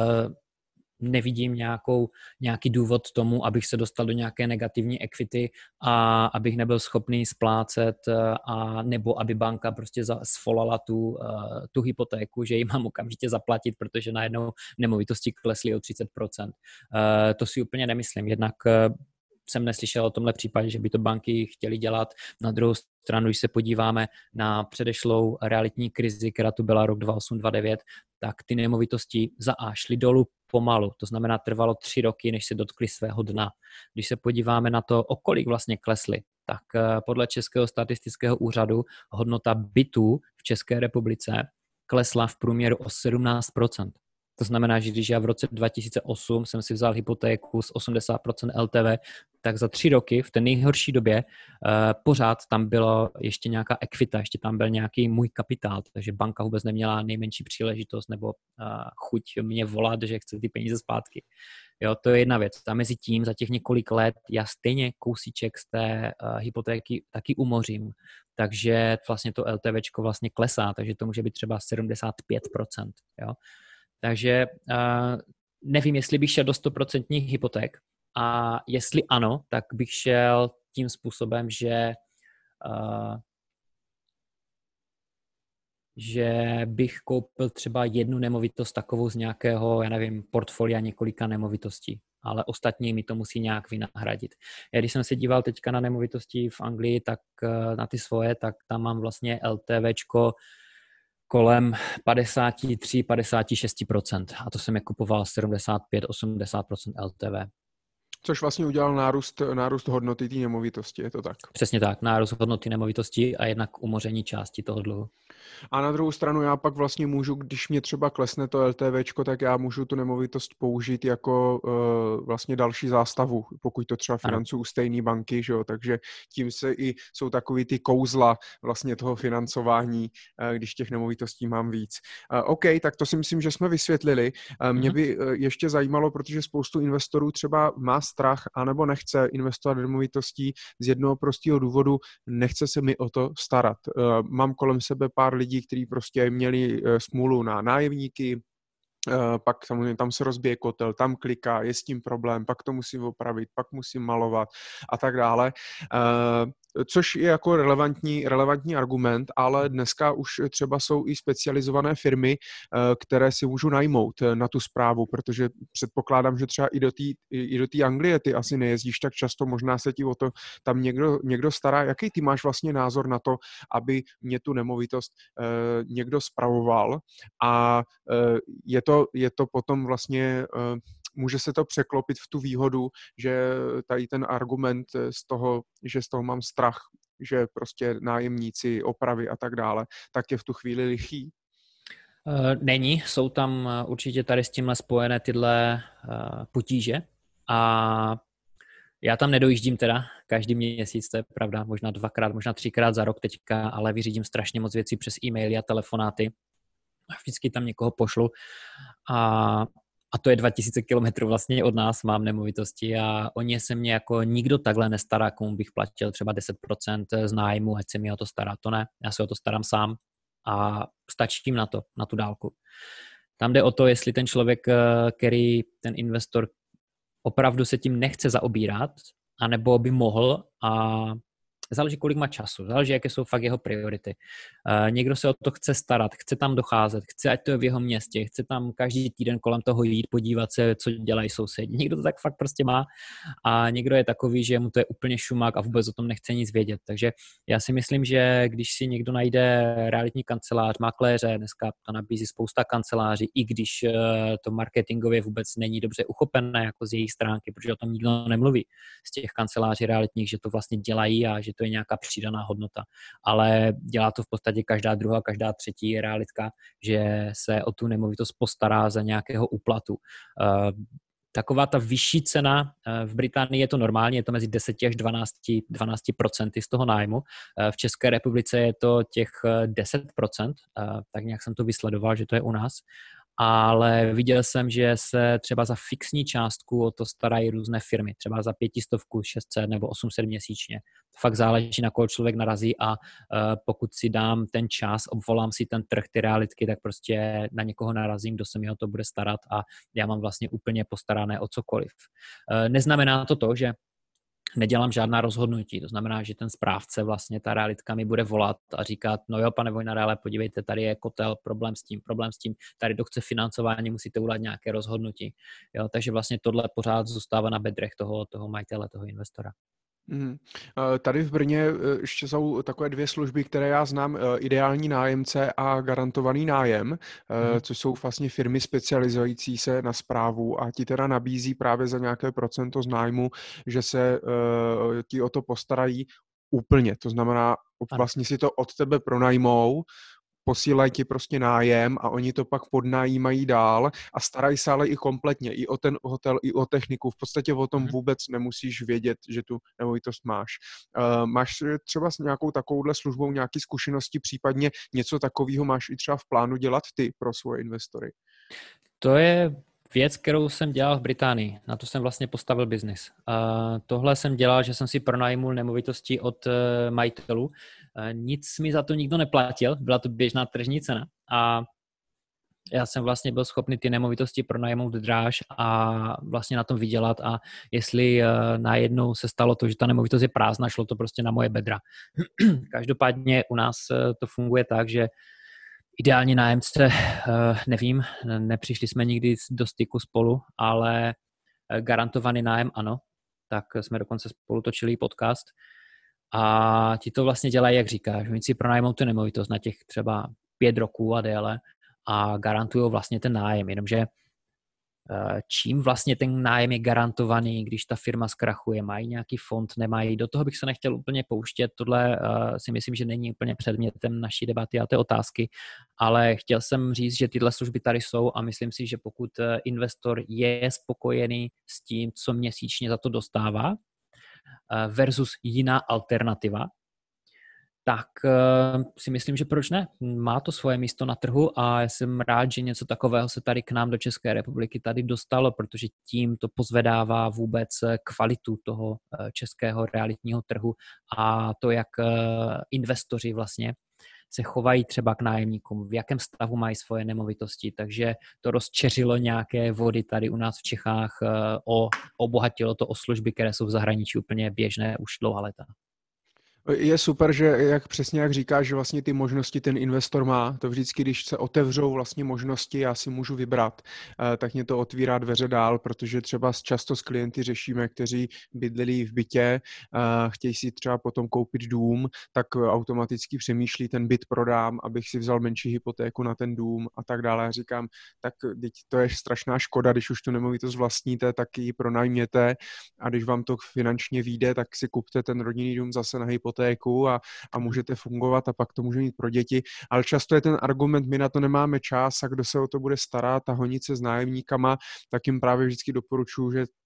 nevidím nějakou, nějaký důvod tomu, abych se dostal do nějaké negativní equity a abych nebyl schopný splácet a nebo aby banka prostě svolala tu, tu hypotéku, že ji mám okamžitě zaplatit, protože najednou nemovitosti klesly o třicet procent. To si úplně nemyslím. Jednak jsem neslyšel o tomhle případě, že by to banky chtěly dělat. Na druhou stranu, když se podíváme na předešlou realitní krizi, která tu byla rok dva tisíce osm dva tisíce devět, tak ty nemovitosti za A šly dolů pomalu. To znamená, trvalo tři roky, než se dotkly svého dna. Když se podíváme na to, o kolik vlastně klesly, tak podle Českého statistického úřadu hodnota bytů v České republice klesla v průměru o sedmnáct procent. To znamená, že když já v roce dva tisíce osm jsem si vzal hypotéku s osmdesát procent L T V, tak za tři roky v té nejhorší době uh, pořád tam bylo ještě nějaká equita, ještě tam byl nějaký můj kapitál, takže banka vůbec neměla nejmenší příležitost nebo uh, chuť mě volat, že chce ty peníze zpátky. Jo, to je jedna věc. A mezi tím za těch několik let já stejně kousíček z té uh, hypotéky taky umořím, takže vlastně to LTVčko vlastně klesá, takže to může být třeba sedmdesát pět procent. Jo. Takže uh, nevím, jestli bych šel do sto procent hypoték a jestli ano, tak bych šel tím způsobem, že, uh, že bych koupil třeba jednu nemovitost takovou z nějakého, já nevím, portfolia několika nemovitostí, ale ostatní mi to musí nějak vynahradit. Já když jsem se díval teďka na nemovitosti v Anglii, tak uh, na ty svoje, tak tam mám vlastně LTVčko kolem padesát tři padesát šest procent a to jsem je kupoval sedmdesát pět osmdesát procent L T V. Což vlastně udělal nárůst, nárůst hodnoty té nemovitosti, je to tak? Přesně tak, nárůst hodnoty nemovitosti a jednak umoření části toho dluhu. A na druhou stranu já pak vlastně můžu, když mě třeba klesne to LTVčko, tak já můžu tu nemovitost použít jako uh, vlastně další zástavu, pokud to třeba financuju u stejné banky, že jo? Takže tím se i jsou takový ty kouzla vlastně toho financování, uh, když těch nemovitostí mám víc. Uh, OK, tak to si myslím, že jsme vysvětlili. Uh, mě by uh, ještě zajímalo, protože spoustu investorů třeba má strach anebo nechce investovat do nemovitostí z jednoho prostého důvodu, nechce se mi o to starat. Uh, mám kolem sebe pár lidí, kteří prostě měli smůlu na nájemníky, pak samozřejmě tam se rozbije kotel, tam kliká, je s tím problém, pak to musím opravit, pak musím malovat a tak dále. Což je jako relevantní, relevantní argument, ale dneska už třeba jsou i specializované firmy, které si můžu najmout na tu správu, protože předpokládám, že třeba i do té i do té Anglie ty asi nejezdíš tak často, možná se ti o to tam někdo, někdo stará. Jaký ty máš vlastně názor na to, aby mě tu nemovitost eh, někdo spravoval a eh, je to, je to potom vlastně eh, může se to překlopit v tu výhodu, že tady ten argument z toho, že z toho mám strach, že prostě nájemníci, opravy a tak dále, tak je v tu chvíli lichý? Není, jsou tam určitě tady s tímhle spojené tyhle potíže a Já tam nedojíždím teda každý měsíc, to je pravda, možná dvakrát, možná třikrát za rok teďka, ale vyřídím strašně moc věcí přes e-maily a telefonáty. Vždycky tam někoho pošlu a, a to je dva tisíce kilometrů vlastně od nás, mám nemovitosti a o ně se mě jako nikdo takhle nestará, komu bych platil třeba deset procent z nájmu, ať se mi o to stará, to ne, já se o to starám sám a stačí jim na to, na tu dálku. Tam jde o to, jestli ten člověk, který, ten investor opravdu se tím nechce zaobírat, anebo by mohl a záleží, kolik má času, záleží, jaké jsou fakt jeho priority. Uh, někdo se o to chce starat, chce tam docházet, chce, ať to je v jeho městě, chce tam každý týden kolem toho jít, podívat se, co dělají sousedi. Někdo to tak fakt prostě má a někdo je takový, že mu to je úplně šumák a vůbec o tom nechce nic vědět. Takže já si myslím, že když si někdo najde realitní kancelář, makléře, dneska to nabízí spousta kanceláří, i když uh, to marketingově vůbec není dobře uchopené jako z jejich stránky, protože o tom nikdo nemluví z těch kanceláří realitních, že to vlastně dělají a že to je nějaká přidaná hodnota. Ale dělá to v podstatě každá druhá, každá třetí realitka, že se o tu nemovitost postará za nějakého úplatu. Taková ta vyšší cena, v Británii je to normálně, je to mezi deset až dvanáct procent z toho nájmu. V České republice je to těch deset procent, tak nějak jsem to vysledoval, že to je u nás. Ale viděl jsem, že se třeba za fixní částku o to starají různé firmy, třeba za pětistovku, šest set nebo osm set měsíčně. Fakt záleží, na koho člověk narazí a uh, pokud si dám ten čas, obvolám si ten trh, ty realitky, tak prostě na někoho narazím, kdo se mi o to bude starat a já mám vlastně úplně postarané o cokoliv. Uh, neznamená to to, že nedělám žádná rozhodnutí. To znamená, že ten správce vlastně, ta realitka mi bude volat a říkat, no jo, pane Vojnare, podívejte, tady je kotel, problém s tím, problém s tím, tady to chce financování, musíte udělat nějaké rozhodnutí. Jo, takže vlastně tohle pořád zůstává na bedrech toho, toho majitele, toho investora. Mm. Tady v Brně ještě jsou takové dvě služby, které já znám, ideální nájemce a garantovaný nájem, mm. což jsou vlastně firmy specializující se na správu a ti teda nabízí právě za nějaké procento z nájmu, že se uh, ti o to postarají úplně. To znamená, vlastně si to od tebe pronajmou, posílají ti prostě nájem a oni to pak podnajímají dál a starají se ale i kompletně, i o ten hotel, i o techniku. V podstatě o tom vůbec nemusíš vědět, že tu nemovitost máš. Uh, máš třeba s nějakou takovouhle službou nějaké zkušenosti, případně něco takového máš i třeba v plánu dělat ty pro svoje investory? To je věc, kterou jsem dělal v Británii. Na to jsem vlastně postavil biznis. Uh, tohle jsem dělal, že jsem si pronajmul nemovitosti od uh, majitelů. Uh, nic mi za to nikdo neplatil, byla to běžná tržní cena a já jsem vlastně byl schopný ty nemovitosti pronajmout dráž a vlastně na tom vydělat a jestli uh, najednou se stalo to, že ta nemovitost je prázdná, šlo to prostě na moje bedra. Každopádně u nás uh, to funguje tak, že ideální nájemce, nevím, nepřišli jsme nikdy do styku spolu, ale garantovaný nájem ano, tak jsme dokonce spolu točili podcast a ti to vlastně dělají, jak říkáš, oni si pronajmou tu nemovitost na těch třeba pět roků a déle a garantují vlastně ten nájem, jenomže čím vlastně ten nájem je garantovaný, když ta firma zkrachuje, mají nějaký fond, nemají, do toho bych se nechtěl úplně pouštět, tohle uh, si myslím, že není úplně předmětem naší debaty a té otázky, ale chtěl jsem říct, že tyhle služby tady jsou a myslím si, že pokud investor je spokojený s tím, co měsíčně za to dostává uh, versus jiná alternativa, tak uh, si myslím, že proč ne? Má to svoje místo na trhu a jsem rád, že něco takového se tady k nám do České republiky tady dostalo, protože tím to pozvedává vůbec kvalitu toho uh, českého realitního trhu a to, jak uh, investoři vlastně se chovají třeba k nájemníkům, v jakém stavu mají svoje nemovitosti, takže to rozčeřilo nějaké vody tady u nás v Čechách, uh, o, obohatilo to o služby, které jsou v zahraničí úplně běžné už dlouhá léta. Je super, že jak přesně jak říkáš, že vlastně ty možnosti ten investor má. To vždycky, když se otevřou vlastně možnosti, já si můžu vybrat, tak mě to otvírá dveře dál, protože třeba často s klienty řešíme, kteří bydleli v bytě, chtějí si třeba potom koupit dům, tak automaticky přemýšlí, ten byt prodám, abych si vzal menší hypotéku na ten dům a tak dále. Já říkám, tak teď to je strašná škoda, když už tu nemovitost vlastníte, tak ji pronajměte a když vám to finančně vyjde, tak si kupte ten rodinný dům zase na hypotéku a, a můžete fungovat a pak to může mít pro děti. Ale často je ten argument, my na to nemáme čas a kdo se o to bude starat a honit se s nájemníkama, tak jim právě vždycky doporučuji, že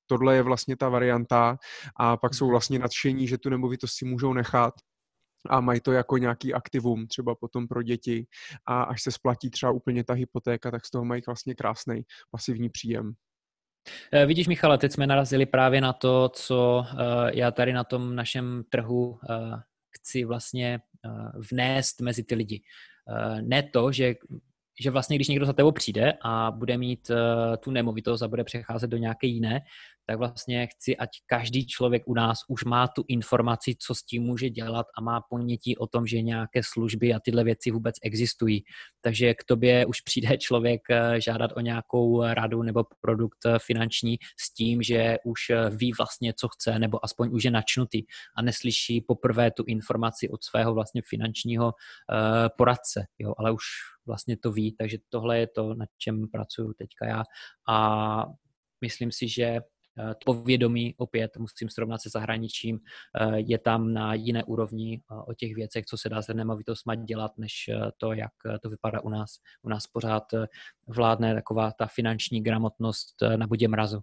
tohle je vlastně ta varianta a pak jsou vlastně nadšení, že tu nemovitost si můžou nechat a mají to jako nějaký aktivum třeba potom pro děti a až se splatí třeba úplně ta hypotéka, tak z toho mají vlastně krásný pasivní příjem. Vidíš, Michale, teď jsme narazili právě na to, co já tady na tom našem trhu chci vlastně vnést mezi ty lidi. Ne to, že že vlastně, když někdo za tebou přijde a bude mít uh, tu nemovitost a bude přecházet do nějaké jiné, tak vlastně chci, ať každý člověk u nás už má tu informaci, co s tím může dělat a má ponětí o tom, že nějaké služby a tyhle věci vůbec existují. Takže k tobě už přijde člověk uh, žádat o nějakou radu nebo produkt uh, finanční s tím, že už uh, ví vlastně, co chce, nebo aspoň už je načnutý a neslyší poprvé tu informaci od svého vlastně finančního uh, poradce, jo, ale už vlastně to ví, takže tohle je to, na čem pracuju teďka já a myslím si, že to povědomí opět musím srovnat se zahraničím, je tam na jiné úrovni o těch věcech, co se dá s nemovitostma dělat, než to, jak to vypadá u nás. U nás pořád vládne taková ta finanční gramotnost na bodě mrazu.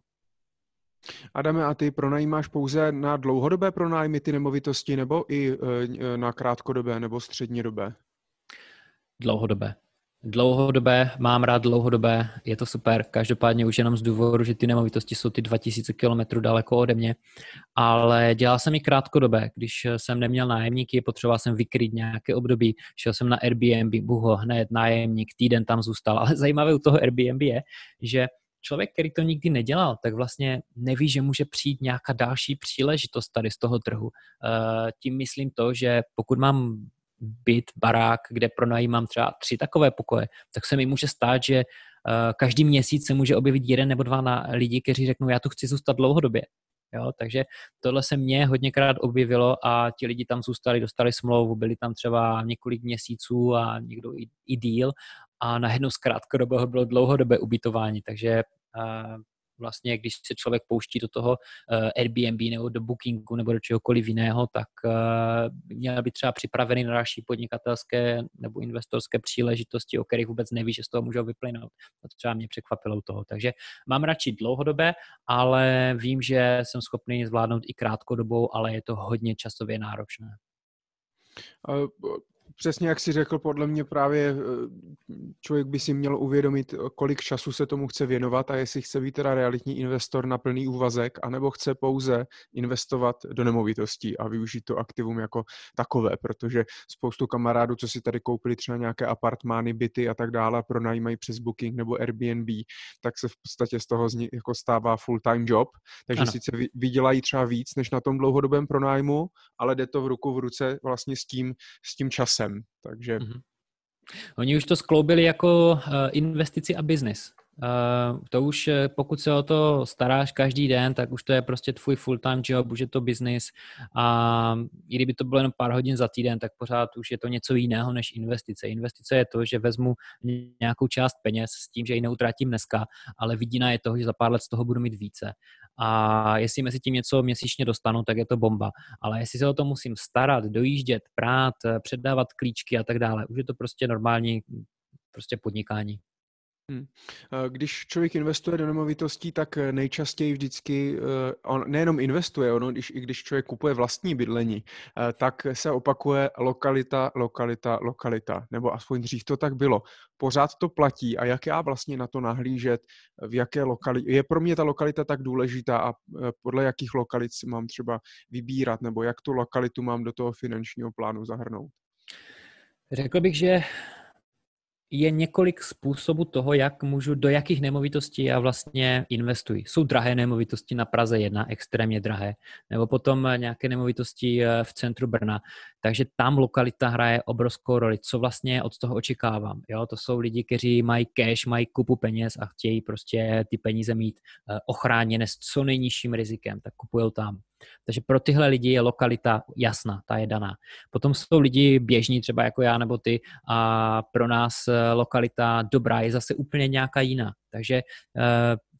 Adame, a ty pronajímáš pouze na dlouhodobé pronájmy ty nemovitosti nebo i na krátkodobé nebo střednědobé? Dlouhodobé. Dlouhodobé, mám rád dlouhodobé, je to super, každopádně už jenom z důvodu, že ty nemovitosti jsou ty dva tisíce kilometrů daleko ode mě, ale dělal jsem i krátkodobé, když jsem neměl nájemníky, potřeboval jsem vykrýt nějaké období, šel jsem na Airbnb, buho, hned nájemník, týden tam zůstal, ale zajímavé u toho Airbnb je, že člověk, který to nikdy nedělal, tak vlastně neví, že může přijít nějaká další příležitost tady z toho trhu. Tím myslím to, že pokud mám byt, barák, kde pronajímám třeba tři takové pokoje, tak se mi může stát, že uh, každý měsíc se může objevit jeden nebo dva na lidi, kteří řeknou, já tu chci zůstat dlouhodobě. Jo, takže tohle se mně hodněkrát objevilo a ti lidi tam zůstali, dostali smlouvu, byli tam třeba několik měsíců a někdo i, i díl a najednou z krátkodobého bylo dlouhodobé ubytování, takže uh, vlastně, když se člověk pouští do toho uh, Airbnb nebo do Bookingu nebo do čehokoliv jiného, tak uh, měl by třeba připravený na další podnikatelské nebo investorské příležitosti, o kterých vůbec neví, že z toho můžou vyplynout. To třeba mě překvapilo u toho. Takže mám radši dlouhodobé, ale vím, že jsem schopný zvládnout i krátkodobou, ale je to hodně časově náročné. Uh, Přesně jak jsi řekl, podle mě právě člověk by si měl uvědomit, kolik času se tomu chce věnovat a jestli chce být teda realitní investor na plný úvazek, anebo chce pouze investovat do nemovitostí a využít to aktivum jako takové, protože spoustu kamarádů, co si tady koupili třeba nějaké apartmány, byty a tak dále a pronajímají přes Booking nebo Airbnb, tak se v podstatě z toho jako stává full-time job, takže ano. Sice vydělají třeba víc než na tom dlouhodobém pronájmu, ale jde to v ruku v ruce vlastně s tím, s tím časem. Takže... Mm-hmm. Oni už to skloubili jako uh, investici a biznis. Uh, to už, pokud se o to staráš každý den, tak už to je prostě tvůj full-time job, už je to biznis a i kdyby to bylo jen pár hodin za týden, tak pořád už je to něco jiného než investice. Investice je to, že vezmu nějakou část peněz s tím, že ji neutratím dneska, ale vidina je toho, že za pár let z toho budu mít více. A jestli mezi tím něco měsíčně dostanu, tak je to bomba. Ale jestli se o to musím starat, dojíždět, prát, předávat klíčky a tak dále, už je to prostě normální prostě podnikání. Hmm. Když člověk investuje do nemovitostí, tak nejčastěji vždycky, on nejenom investuje, ono, když, i když člověk kupuje vlastní bydlení, tak se opakuje lokalita, lokalita, lokalita, nebo aspoň dřív to tak bylo. Pořád to platí a jak já vlastně na to nahlížet, v jaké lokalitě, je pro mě ta lokalita tak důležitá a podle jakých lokalit si mám třeba vybírat, nebo jak tu lokalitu mám do toho finančního plánu zahrnout? Řekl bych, že je několik způsobů toho, jak můžu, do jakých nemovitostí já vlastně investuji. Jsou drahé nemovitosti na Praze jedna, extrémně drahé, nebo potom nějaké nemovitosti v centru Brna. Takže tam lokalita hraje obrovskou roli. Co vlastně od toho očekávám? Jo? To jsou lidi, kteří mají cash, mají kupu peněz a chtějí prostě ty peníze mít ochráněné s co nejnižším rizikem, tak kupujou tam. Takže pro tyhle lidi je lokalita jasná, ta je daná. Potom jsou lidi běžní, třeba jako já nebo ty, a pro nás lokalita dobrá je zase úplně nějaká jiná. Takže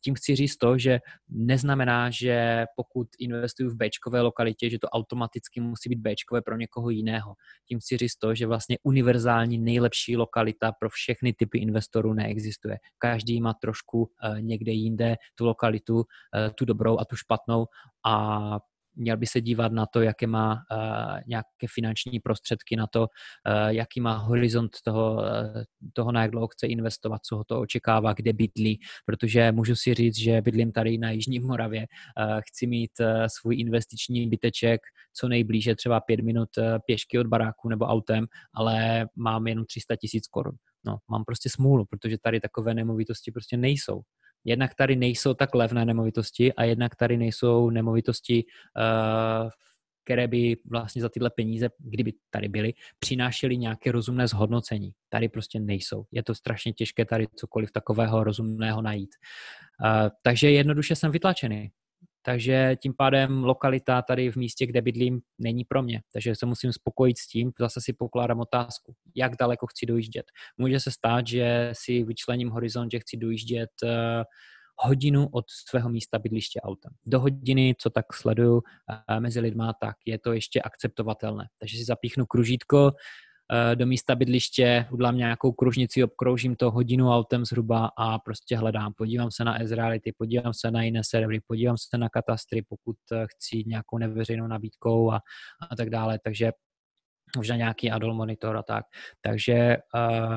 tím chci říct to, že neznamená, že pokud investuju v béčkové lokalitě, že to automaticky musí být béčkové pro někoho jiného. Tím chci říct to, že vlastně univerzální nejlepší lokalita pro všechny typy investorů neexistuje. Každý má trošku někde jinde tu lokalitu, tu dobrou a tu špatnou a měl by se dívat na to, jaké má uh, nějaké finanční prostředky na to, uh, jaký má horizont toho, uh, toho, na jak dlouho chce investovat, co ho to očekává, kde bydlí, protože můžu si říct, že bydlím tady na Jižní Moravě, uh, chci mít uh, svůj investiční byteček co nejblíže, třeba pět minut uh, pěšky od baráku nebo autem, ale mám jenom tři sta tisíc korun. No, mám prostě smůlu, protože tady takové nemovitosti prostě nejsou. Jednak tady nejsou tak levné nemovitosti a jednak tady nejsou nemovitosti, uh, které by vlastně za tyhle peníze, kdyby tady byly, přinášely nějaké rozumné zhodnocení. Tady prostě nejsou. Je to strašně těžké tady cokoliv takového rozumného najít. Uh, takže jednoduše jsem vytlačený. Takže tím pádem lokalita tady v místě, kde bydlím, není pro mě. Takže se musím spokojit s tím, zase si pokládám otázku, jak daleko chci dojíždět. Může se stát, že si vyčlením horizont, že chci dojíždět uh, hodinu od svého místa bydliště autem. Do hodiny, co tak sleduju uh, mezi lidma, tak je to ještě akceptovatelné. Takže si zapíchnu kružítko do místa bydliště, udělám nějakou kružnici, obkroužím to hodinu autem zhruba a prostě hledám. Podívám se na Ezreality, podívám se na jiné servery, podívám se na katastry, pokud chci nějakou neveřejnou nabídkou a, a tak dále. Takže možná nějaký Adol monitor a tak. Takže uh,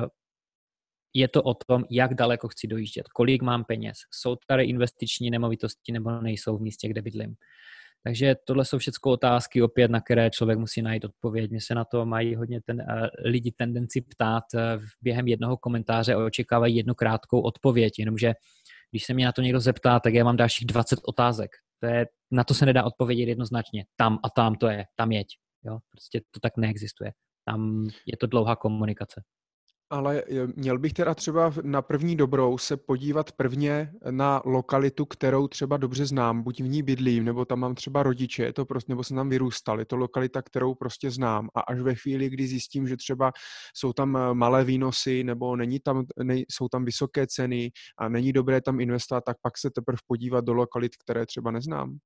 je to o tom, jak daleko chci dojíždět, kolik mám peněz, jsou tady investiční nemovitosti nebo nejsou v místě, kde bydlím. Takže tohle jsou všechno otázky opět, na které člověk musí najít odpověď. Mně se na to mají hodně ten, uh, lidi tendenci ptát uh, během jednoho komentáře a očekávají jednu krátkou odpověď, jenomže když se mě na to někdo zeptá, tak já mám dalších dvacet otázek. To je, na to se nedá odpovědět jednoznačně. Tam a tam to je, tam jeď. Jo? Prostě to tak neexistuje. Tam je to dlouhá komunikace. Ale měl bych teda třeba na první dobrou se podívat prvně na lokalitu, kterou třeba dobře znám, buď v ní bydlím, nebo tam mám třeba rodiče, je to prostě, nebo jsem tam vyrůstal, je to lokalita, kterou prostě znám. A až ve chvíli, kdy zjistím, že třeba jsou tam malé výnosy, nebo není tam, ne, jsou tam vysoké ceny a není dobré tam investovat, tak pak se teprve podívat do lokalit, které třeba neznám.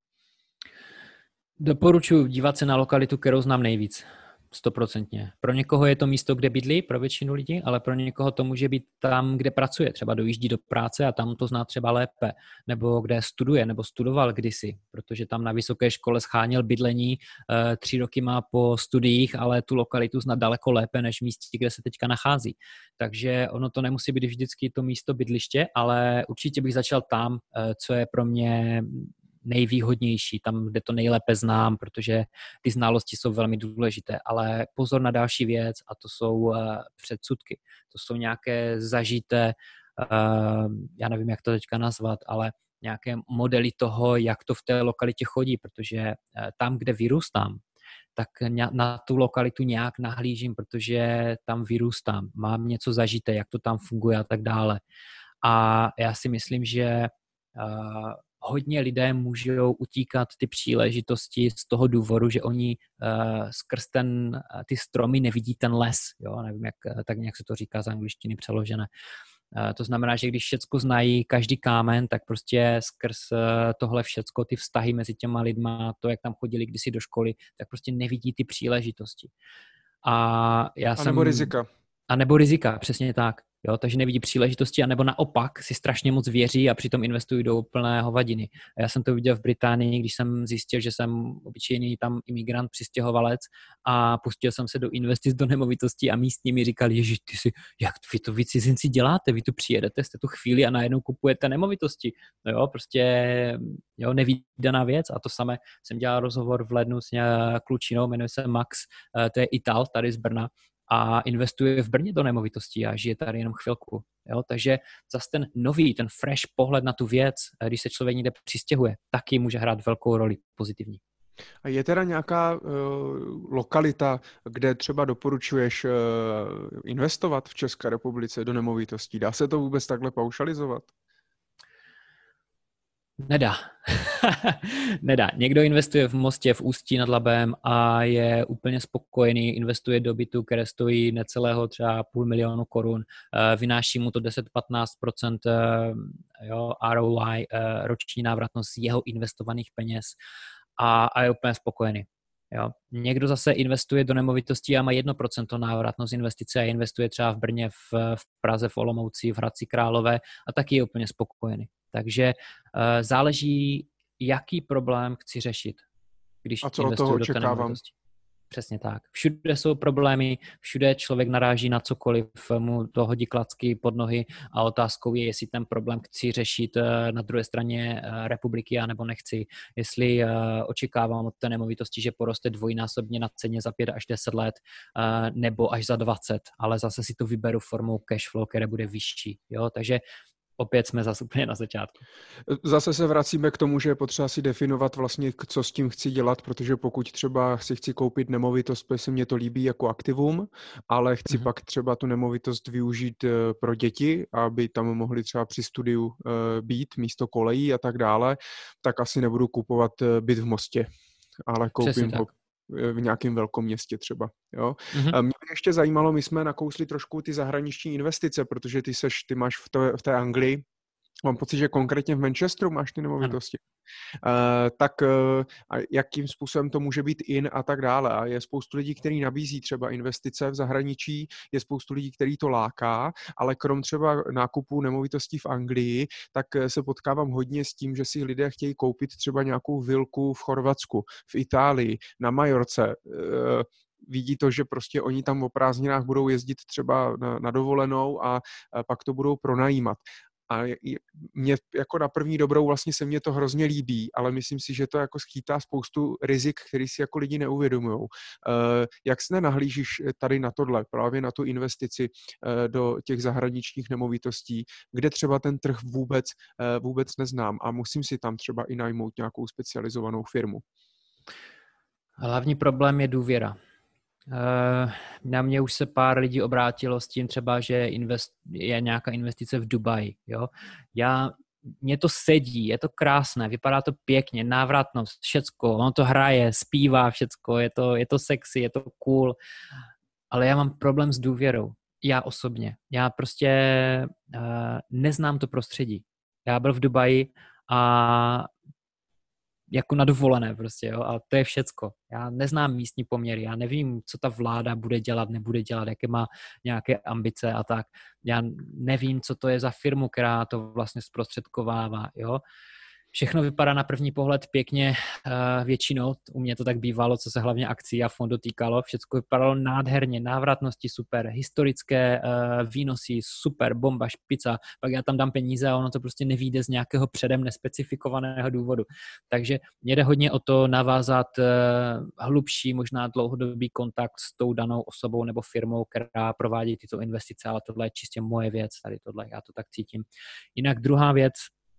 Doporučuji dívat se na lokalitu, kterou znám nejvíc. Stoprocentně. Pro někoho je to místo, kde bydlí, pro většinu lidí, ale pro někoho to může být tam, kde pracuje. Třeba dojíždí do práce a tam to zná třeba lépe. Nebo kde studuje, nebo studoval kdysi, protože tam na vysoké škole scháněl bydlení, tři roky má po studiích, ale tu lokalitu zná daleko lépe než místě, kde se teďka nachází. Takže ono to nemusí být vždycky to místo bydliště, ale určitě bych začal tam, co je pro mě nejvýhodnější, tam, kde to nejlépe znám, protože ty znalosti jsou velmi důležité, ale pozor na další věc a to jsou uh, předsudky. To jsou nějaké zažité, uh, já nevím, jak to teďka nazvat, ale nějaké modely toho, jak to v té lokalitě chodí, protože uh, tam, kde vyrůstám, tak na tu lokalitu nějak nahlížím, protože tam vyrůstám, mám něco zažité, jak to tam funguje a tak dále. A já si myslím, že uh, hodně lidé můžou utíkat ty příležitosti z toho důvodu, že oni uh, skrz ten, uh, ty stromy nevidí ten les. Jo? Nevím, jak, tak nějak se to říká z angličtiny přeložené. Uh, to znamená, že když všecko znají, každý kámen, tak prostě skrz uh, tohle všecko, ty vztahy mezi těma lidma, to, jak tam chodili kdysi do školy, tak prostě nevidí ty příležitosti. A já a jsem... nebo rizika. A nebo rizika, přesně tak. Jo, takže nevidí příležitosti, anebo naopak si strašně moc věří a přitom investují do úplné hovadiny. A já jsem to viděl v Británii, když jsem zjistil, že jsem obyčejný tam imigrant, přistěhovalec a pustil jsem se do investic do nemovitostí a místní mi říkali, ježiš, ty si, jak vy to vy cizinci děláte, vy tu přijedete, jste tu chvíli a najednou kupujete nemovitosti. No jo, prostě jo, nevídaná věc a to samé jsem dělal rozhovor v lednu s klučinou, jmenuje se Max, to je Ital tady z Brna, a investuje v Brně do nemovitostí a žije tady jenom chvilku. Jo? Takže zase ten nový, ten fresh pohled na tu věc, když se člověk někde přistěhuje, taky může hrát velkou roli pozitivní. A je teda nějaká uh, lokalita, kde třeba doporučuješ uh, investovat v České republice do nemovitostí? Dá se to vůbec takhle paušalizovat? Nedá. Nedá. Někdo investuje v Mostě, v Ústí nad Labem a je úplně spokojený, investuje do bytu, které stojí necelého třeba půl milionu korun, vynáší mu to deset až patnáct procent jo, R O I, roční návratnost z jeho investovaných peněz a, a je úplně spokojený. Jo. Někdo zase investuje do nemovitostí a má jedno procento návratnost investice a investuje třeba v Brně, v, v Praze, v Olomouci, v Hradci Králové a taky je úplně spokojený. Takže uh, záleží, jaký problém chci řešit, když A co od investuju toho do té očekávám? nemovitosti. Přesně tak. Všude jsou problémy, všude člověk naráží na cokoliv, mu to hodí klacky pod nohy a otázkou je, jestli ten problém chci řešit na druhé straně republiky, anebo nechci. Jestli očekávám od té nemovitosti, že poroste dvojnásobně na ceně za pět až deset let, nebo až za dvacet, ale zase si to vyberu formou cash flow, které bude vyšší. Jo? Takže opět jsme zase úplně na začátku. Zase se vracíme k tomu, že je potřeba si definovat vlastně, co s tím chci dělat, protože pokud třeba si chci koupit nemovitost, protože se mně to líbí jako aktivum, ale chci mm-hmm. pak třeba tu nemovitost využít pro děti, aby tam mohli třeba při studiu být místo kolejí a tak dále, tak asi nebudu kupovat byt v Mostě, ale koupím ho v nějakém velkom městě třeba. Jo? Mm-hmm. Mě by ještě zajímalo, my jsme nakousli trošku ty zahraniční investice, protože ty seš, ty máš v té, v té Anglii, mám pocit, že konkrétně v Manchesteru máš ty nemovitosti. Uh, tak uh, jakým způsobem to může být in a tak dále. A je spoustu lidí, kteří nabízí třeba investice v zahraničí, je spoustu lidí, který to láká, ale krom třeba nákupu nemovitostí v Anglii, tak se potkávám hodně s tím, že si lidé chtějí koupit třeba nějakou vilku v Chorvatsku, v Itálii, na Majorce. Uh, vidí to, že prostě oni tam o prázdninách budou jezdit třeba na, na dovolenou a, a pak to budou pronajímat. A mě jako na první dobrou vlastně se mně to hrozně líbí, ale myslím si, že to jako skýtá spoustu rizik, který si jako lidi neuvědomujou. Jak se nahlížíš tady na tohle, právě na tu investici do těch zahraničních nemovitostí, kde třeba ten trh vůbec, vůbec neznám a musím si tam třeba i najmout nějakou specializovanou firmu? Hlavní problém je důvěra. Na mě už se pár lidí obrátilo s tím třeba, že invest, je nějaká investice v Dubaji. Jo? Já, mně to sedí, je to krásné, vypadá to pěkně, návratnost, všecko, ono to hraje, zpívá všecko, je to, je to sexy, je to cool, ale já mám problém s důvěrou. Já osobně. Já prostě uh, neznám to prostředí. Já byl v Dubaji a jako na dovolené prostě, jo, a to je všecko. Já neznám místní poměry, já nevím, co ta vláda bude dělat, nebude dělat, jaké má nějaké ambice a tak. Já nevím, co to je za firmu, která to vlastně zprostředkovává, jo. Všechno vypadá na první pohled pěkně, uh, většinou, u mě to tak bývalo, co se hlavně akcí a fondu týkalo, všechno vypadalo nádherně, návratnosti super, historické uh, výnosy super, bomba, špica, pak já tam dám peníze a ono to prostě nevyjde z nějakého předem nespecifikovaného důvodu. Takže mě jde hodně o to navázat uh, hlubší, možná dlouhodobý kontakt s tou danou osobou nebo firmou, která provádí tyto investice, ale tohle je čistě moje věc, tady tohle, já to tak cítím. Jinak druhá věc,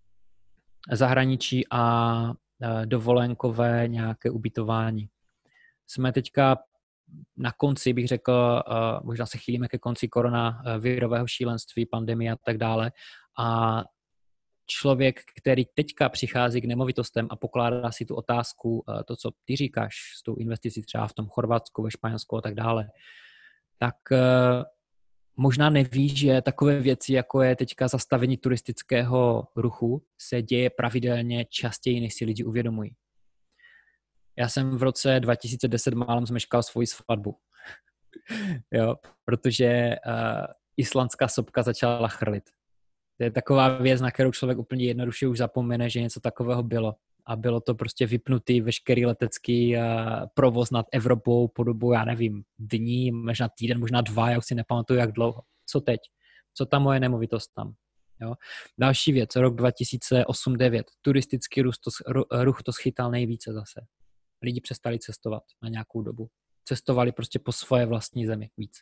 zahraničí a dovolenkové nějaké ubytování. Jsme teďka na konci, bych řekl, možná se chýlíme ke konci koronavirového šílenství, pandemie a tak dále. A člověk, který teďka přichází k nemovitostem a pokládá si tu otázku, to, co ty říkáš s tou investicí třeba v tom Chorvatsku, ve Španělsku a tak dále, tak možná neví, že takové věci, jako je teďka zastavení turistického ruchu, se děje pravidelně častěji, než si lidi uvědomují. Já jsem v roce dva tisíce deset málem zmeškal svoji svatbu. Jo, protože uh, islandská sopka začala chrlit. To je taková věc, na kterou člověk úplně jednoduše už zapomene, že něco takového bylo. A bylo to prostě vypnutý veškerý letecký uh, provoz nad Evropou po dobu, já nevím, dní, možná týden, možná dva, já už si nepamatuju, jak dlouho. Co teď? Co ta moje nemovitost tam? Jo? Další věc, rok dva tisíce osm devět, turistický ruch to, ruch to schytal nejvíce zase. Lidi přestali cestovat na nějakou dobu. Cestovali prostě po svoje vlastní zemi víc.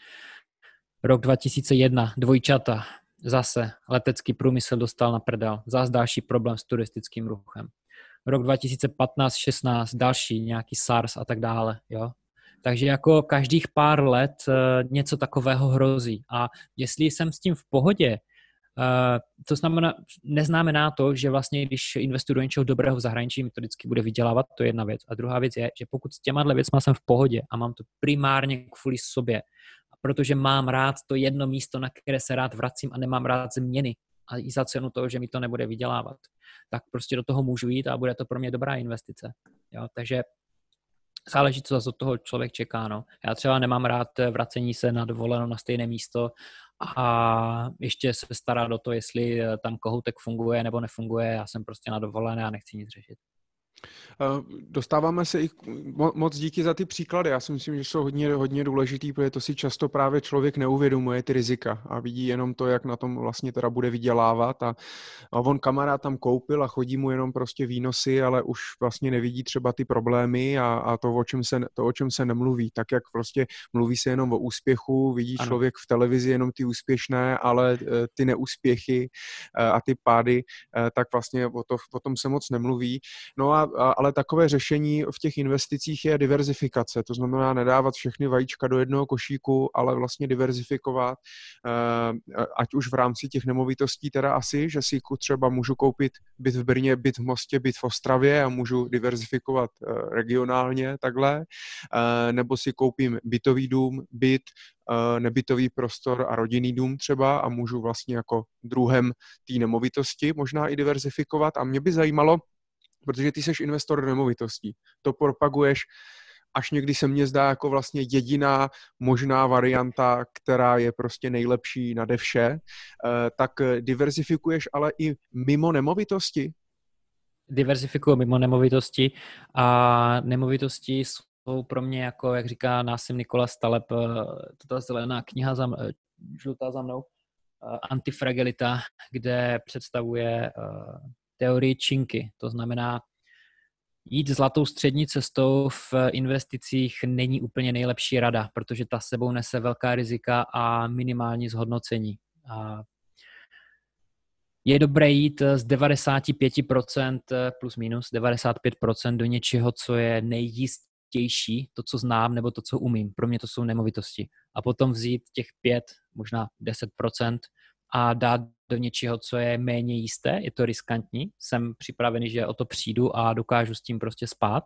Rok dva tisíce jedna, dvojčata, zase letecký průmysl dostal na prdel. Zase další problém s turistickým ruchem. Rok dva tisíce patnáct šestnáct, další nějaký SARS a tak dále, jo. Takže jako každých pár let uh, něco takového hrozí. A jestli jsem s tím v pohodě, To znamená, neznamená to, že vlastně, když investuju do něčeho dobrého v zahraničí, mi to vždycky bude vydělávat, to je jedna věc. A druhá věc je, že pokud s těma věcma jsem v pohodě a mám to primárně kvůli sobě, protože mám rád to jedno místo, na které se rád vracím a nemám rád změny a i za cenu toho, že mi to nebude vydělávat, tak prostě do toho můžu jít a bude to pro mě dobrá investice. Jo? Takže záleží, co zase od toho člověk čeká. No. Já třeba nemám rád vracení se na dovolenou na stejné místo a ještě se stará do toho, jestli tam kohoutek funguje nebo nefunguje. Já jsem prostě na dovolené a nechci nic řešit. Dostáváme se i moc díky za ty příklady. Já si myslím, že jsou hodně, hodně důležitý, protože to si často právě člověk neuvědomuje ty rizika a vidí jenom to, jak na tom vlastně teda bude vydělávat a, a on kamarád tam koupil a chodí mu jenom prostě výnosy, ale už vlastně nevidí třeba ty problémy a, a to, o čem se, to, o čem se nemluví. Tak jak prostě mluví se jenom o úspěchu, vidí ano. Člověk v televizi jenom ty úspěšné, ale ty neúspěchy a ty pády, tak vlastně o, to, o tom se moc nemluví. No a ale takové řešení v těch investicích je diverzifikace. To znamená nedávat všechny vajíčka do jednoho košíku, ale vlastně diverzifikovat, ať už v rámci těch nemovitostí teda asi, že si třeba můžu koupit byt v Brně, byt v Mostě, byt v Ostravě a můžu diverzifikovat regionálně takhle, nebo si koupím bytový dům, byt, nebytový prostor a rodinný dům třeba a můžu vlastně jako druhem té nemovitosti možná i diverzifikovat. A mě by zajímalo, protože ty seš investor do nemovitostí. To propaguješ, až někdy se mně zdá jako vlastně jediná možná varianta, která je prostě nejlepší nade vše. Tak diverzifikuješ ale i mimo nemovitosti? Diverzifikuju mimo nemovitosti a nemovitosti jsou pro mě jako, jak říká Násim Nikolas Taleb, ta zelená kniha, za, žlutá za mnou, Antifragilita, kde představuje teorii činky. To znamená, jít zlatou střední cestou v investicích není úplně nejlepší rada, protože ta sebou nese velká rizika a minimální zhodnocení. A je dobré jít z devadesát pět procent plus minus devadesát pět procent do něčeho, co je nejjistější, to, co znám, nebo to, co umím. Pro mě to jsou nemovitosti. A potom vzít těch pět, možná deset procent a dát do něčeho, co je méně jisté, je to riskantní, jsem připravený, že o to přijdu a dokážu s tím prostě spát.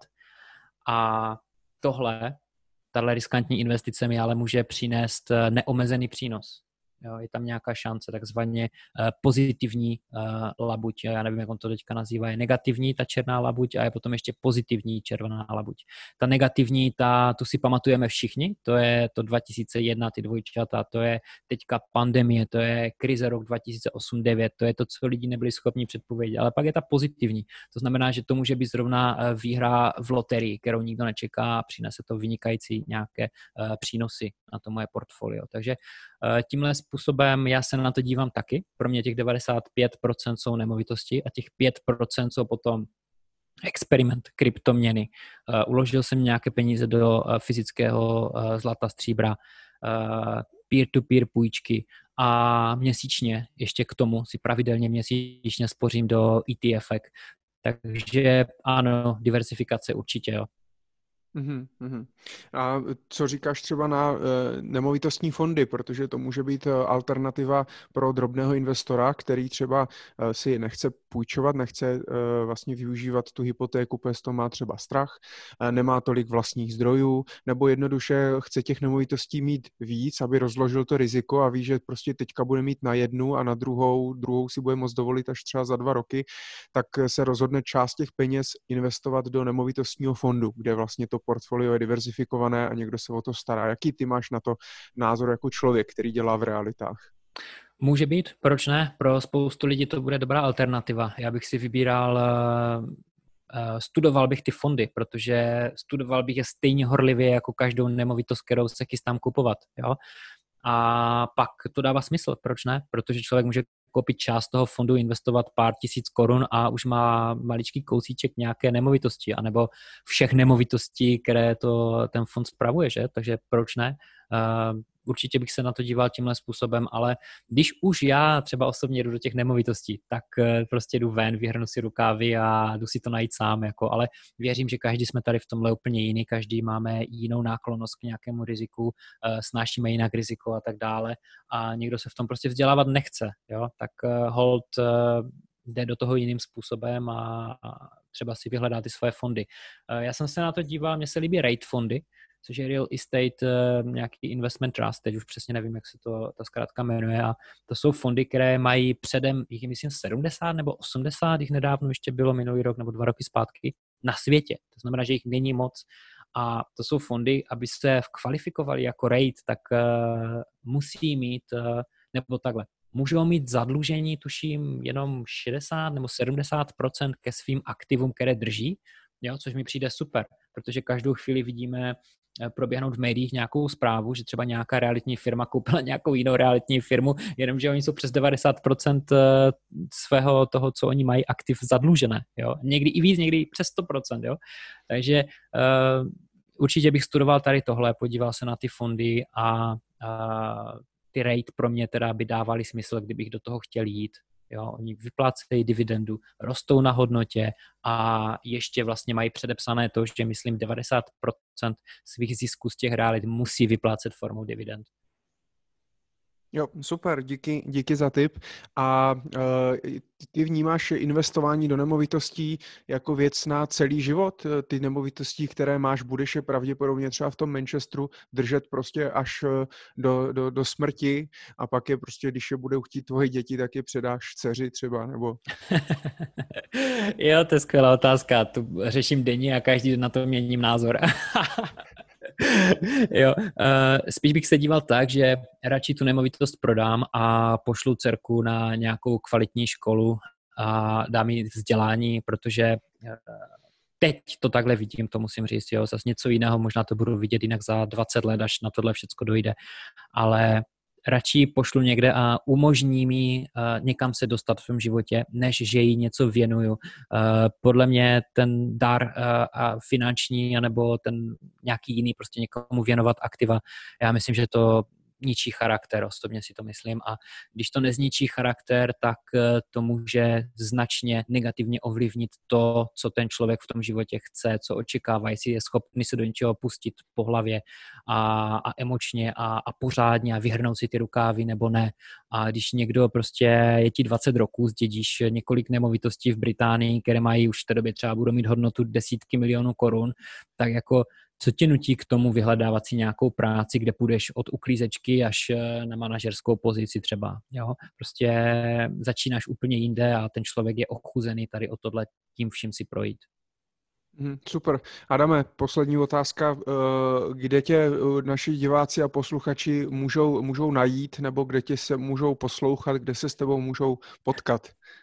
A tohle, tahle riskantní investice mi ale může přinést neomezený přínos. Jo, je tam nějaká šance, takzvaně uh, pozitivní uh, labuť, já nevím, jak on to teďka nazývá, je negativní ta černá labuť a je potom ještě pozitivní červená labuť. Ta negativní, ta, tu si pamatujeme všichni, to je to dva tisíce jedna, ty dvojčata, to je teďka pandemie, to je krize rok dva tisíce osm devět, to je to, co lidi nebyli schopni předpovědět, ale pak je ta pozitivní, to znamená, že to může být zrovna výhra v loterii, kterou nikdo nečeká a přinese to vynikající nějaké uh, přínosy na to moje portfolio, takže uh, tímhle způsobem já se na to dívám taky. Pro mě těch devadesát pět procent jsou nemovitosti a těch pět procent jsou potom experiment, kryptoměny. Uh, uložil jsem nějaké peníze do uh, fyzického uh, zlata, stříbra, uh, peer-to-peer půjčky a měsíčně ještě k tomu si pravidelně měsíčně spořím do E T F ek. Takže ano, diversifikace určitě, jo. Uhum, uhum. A co říkáš třeba na uh, nemovitostní fondy, protože to může být uh, alternativa pro drobného investora, který třeba uh, si nechce půjčovat, nechce uh, vlastně využívat tu hypotéku, protože to má třeba strach, uh, nemá tolik vlastních zdrojů, nebo jednoduše chce těch nemovitostí mít víc, aby rozložil to riziko a ví, že prostě teďka bude mít na jednu a na druhou, druhou si bude moct dovolit až třeba za dva roky, tak se rozhodne část těch peněz investovat do nemovitostního fondu, kde vlastně to portfolio je diverzifikované a někdo se o to stará. Jaký ty máš na to názor jako člověk, který dělá v realitách? Může být, proč ne? Pro spoustu lidí to bude dobrá alternativa. Já bych si vybíral, studoval bych ty fondy, protože studoval bych je stejně horlivě jako každou nemovitost, kterou se chystám kupovat. Jo? A pak to dává smysl, proč ne? Protože člověk může koupit část toho fondu, investovat pár tisíc korun a už má maličký kousíček nějaké nemovitosti, anebo všech nemovitostí, které to ten fond spravuje, že? Takže proč ne? Uh, určitě bych se na to díval tímhle způsobem, ale když už já třeba osobně jdu do těch nemovitostí, tak prostě jdu ven, vyhrnu si rukávy a jdu si to najít sám, jako, ale věřím, že každý jsme tady v tomhle úplně jiný, každý máme jinou náklonnost k nějakému riziku, snášíme jinak riziko a tak dále a někdo se v tom prostě vzdělávat nechce, jo, tak hold jde do toho jiným způsobem a, a třeba si vyhledá ty svoje fondy. Já jsem se na to díval, mně se líbí REIT fondy, což je Real Estate nějaký investment trust, teď už přesně nevím, jak se to ta zkrátka jmenuje, a to jsou fondy, které mají předem, jich je myslím sedmdesát nebo osmdesát, jich nedávno ještě bylo minulý rok nebo dva roky zpátky, na světě. To znamená, že jich není moc a to jsou fondy, aby se kvalifikovali jako REIT, tak uh, musí mít, uh, nebo takhle, můžou mít zadlužení, tuším, jenom šedesát nebo sedmdesát procent ke svým aktivům, které drží, jo, což mi přijde super, protože každou chvíli vidíme proběhnout v médiích nějakou zprávu, že třeba nějaká realitní firma koupila nějakou jinou realitní firmu, jenomže oni jsou přes devadesát procent svého toho, co oni mají aktiv zadlužené, jo. Někdy i víc, někdy i přes sto procent, jo. Takže uh, určitě bych studoval tady tohle, podíval se na ty fondy a uh, ty rate pro mě teda by dávaly smysl, kdybych do toho chtěl jít. Jo, oni vyplácejí dividendu, rostou na hodnotě a ještě vlastně mají předepsané to, že myslím devadesát procent svých zisků z těch realit musí vyplácet formou dividend. Jo, super, díky, díky za tip. A uh, ty vnímáš investování do nemovitostí jako věc na celý život? Ty nemovitosti, které máš, budeš je pravděpodobně třeba v tom Manchesteru držet prostě až do, do, do smrti a pak je prostě, když je budou chtít tvoje děti, tak je předáš dceři třeba, nebo... Jo, to je skvělá otázka. Tu řeším denně a každý den na to měním názor. Jo, uh, spíš bych se díval tak, že radši tu nemovitost prodám a pošlu dcerku na nějakou kvalitní školu a dám jí vzdělání, protože uh, teď to takhle vidím, to musím říct, jo, zase něco jiného, možná to budu vidět jinak za dvacet let, až na tohle všecko dojde, ale radši pošlu někde a umožní mi uh, někam se dostat v tom životě, než že jí něco věnuju. Uh, podle mě ten dar uh, a finanční, anebo ten nějaký jiný, prostě někomu věnovat aktiva, já myslím, že to ničí charakter, osobně si to myslím, a když to nezničí charakter, tak to může značně negativně ovlivnit to, co ten člověk v tom životě chce, co očekává, jestli je schopný se do něčeho pustit po hlavě a, a emočně a, a pořádně a vyhrnout si ty rukávy nebo ne. A když někdo prostě je ti dvacet roků, zdědíš několik nemovitostí v Británii, které mají už v té době třeba budou mít hodnotu desítky milionů korun, tak jako co tě nutí k tomu vyhledávat si nějakou práci, kde půjdeš od uklízečky až na manažerskou pozici třeba, jo? Prostě začínáš úplně jinde a ten člověk je ochuzený tady o tohle tím vším si projít. Super. Adame, poslední otázka. Kde tě naši diváci a posluchači můžou, můžou najít, nebo kde tě se můžou poslouchat, kde se s tebou můžou potkat?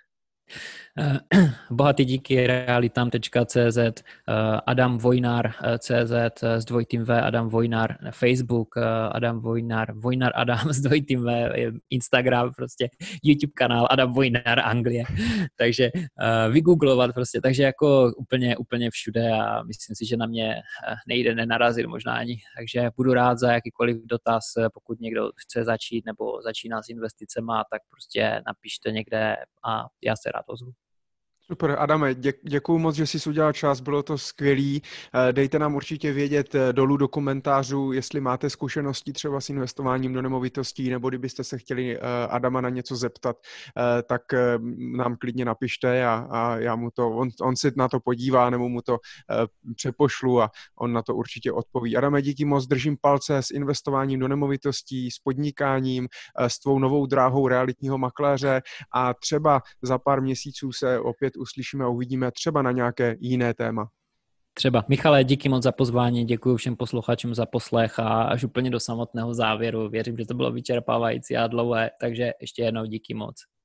Bohatý díky realitám tečka cé zet, Adam Vojnar tečka cé zet s dvojitým V, Adam Vojnar, Facebook, Adam Vojnar, Vojnar Adam s dvojitým V, Instagram, prostě YouTube kanál Adam Vojnar Anglie, takže uh, vygooglovat prostě, takže jako úplně, úplně všude a myslím si, že na mě nejde nenarazit možná ani, takže budu rád za jakýkoliv dotaz, pokud někdo chce začít nebo začíná s investicema, tak prostě napište někde a já se rád ozvu. Super, Adame, dě, děkuju moc, že jsi udělal čas, bylo to skvělý. Dejte nám určitě vědět dolů do komentářů, jestli máte zkušenosti třeba s investováním do nemovitostí, nebo kdybyste se chtěli Adama na něco zeptat, tak nám klidně napište a, a já mu to, on, on si na to podívá, nebo mu to přepošlu a on na to určitě odpoví. Adame, díky moc, držím palce s investováním do nemovitostí, s podnikáním, s tvou novou dráhou realitního makléře a třeba za pár měsíců se opět uslyšíme a uvidíme třeba na nějaké jiné téma. Třeba. Michale, díky moc za pozvání, děkuji všem posluchačům za poslech a až úplně do samotného závěru. Věřím, že to bylo vyčerpávající a dlouhé, takže ještě jednou díky moc.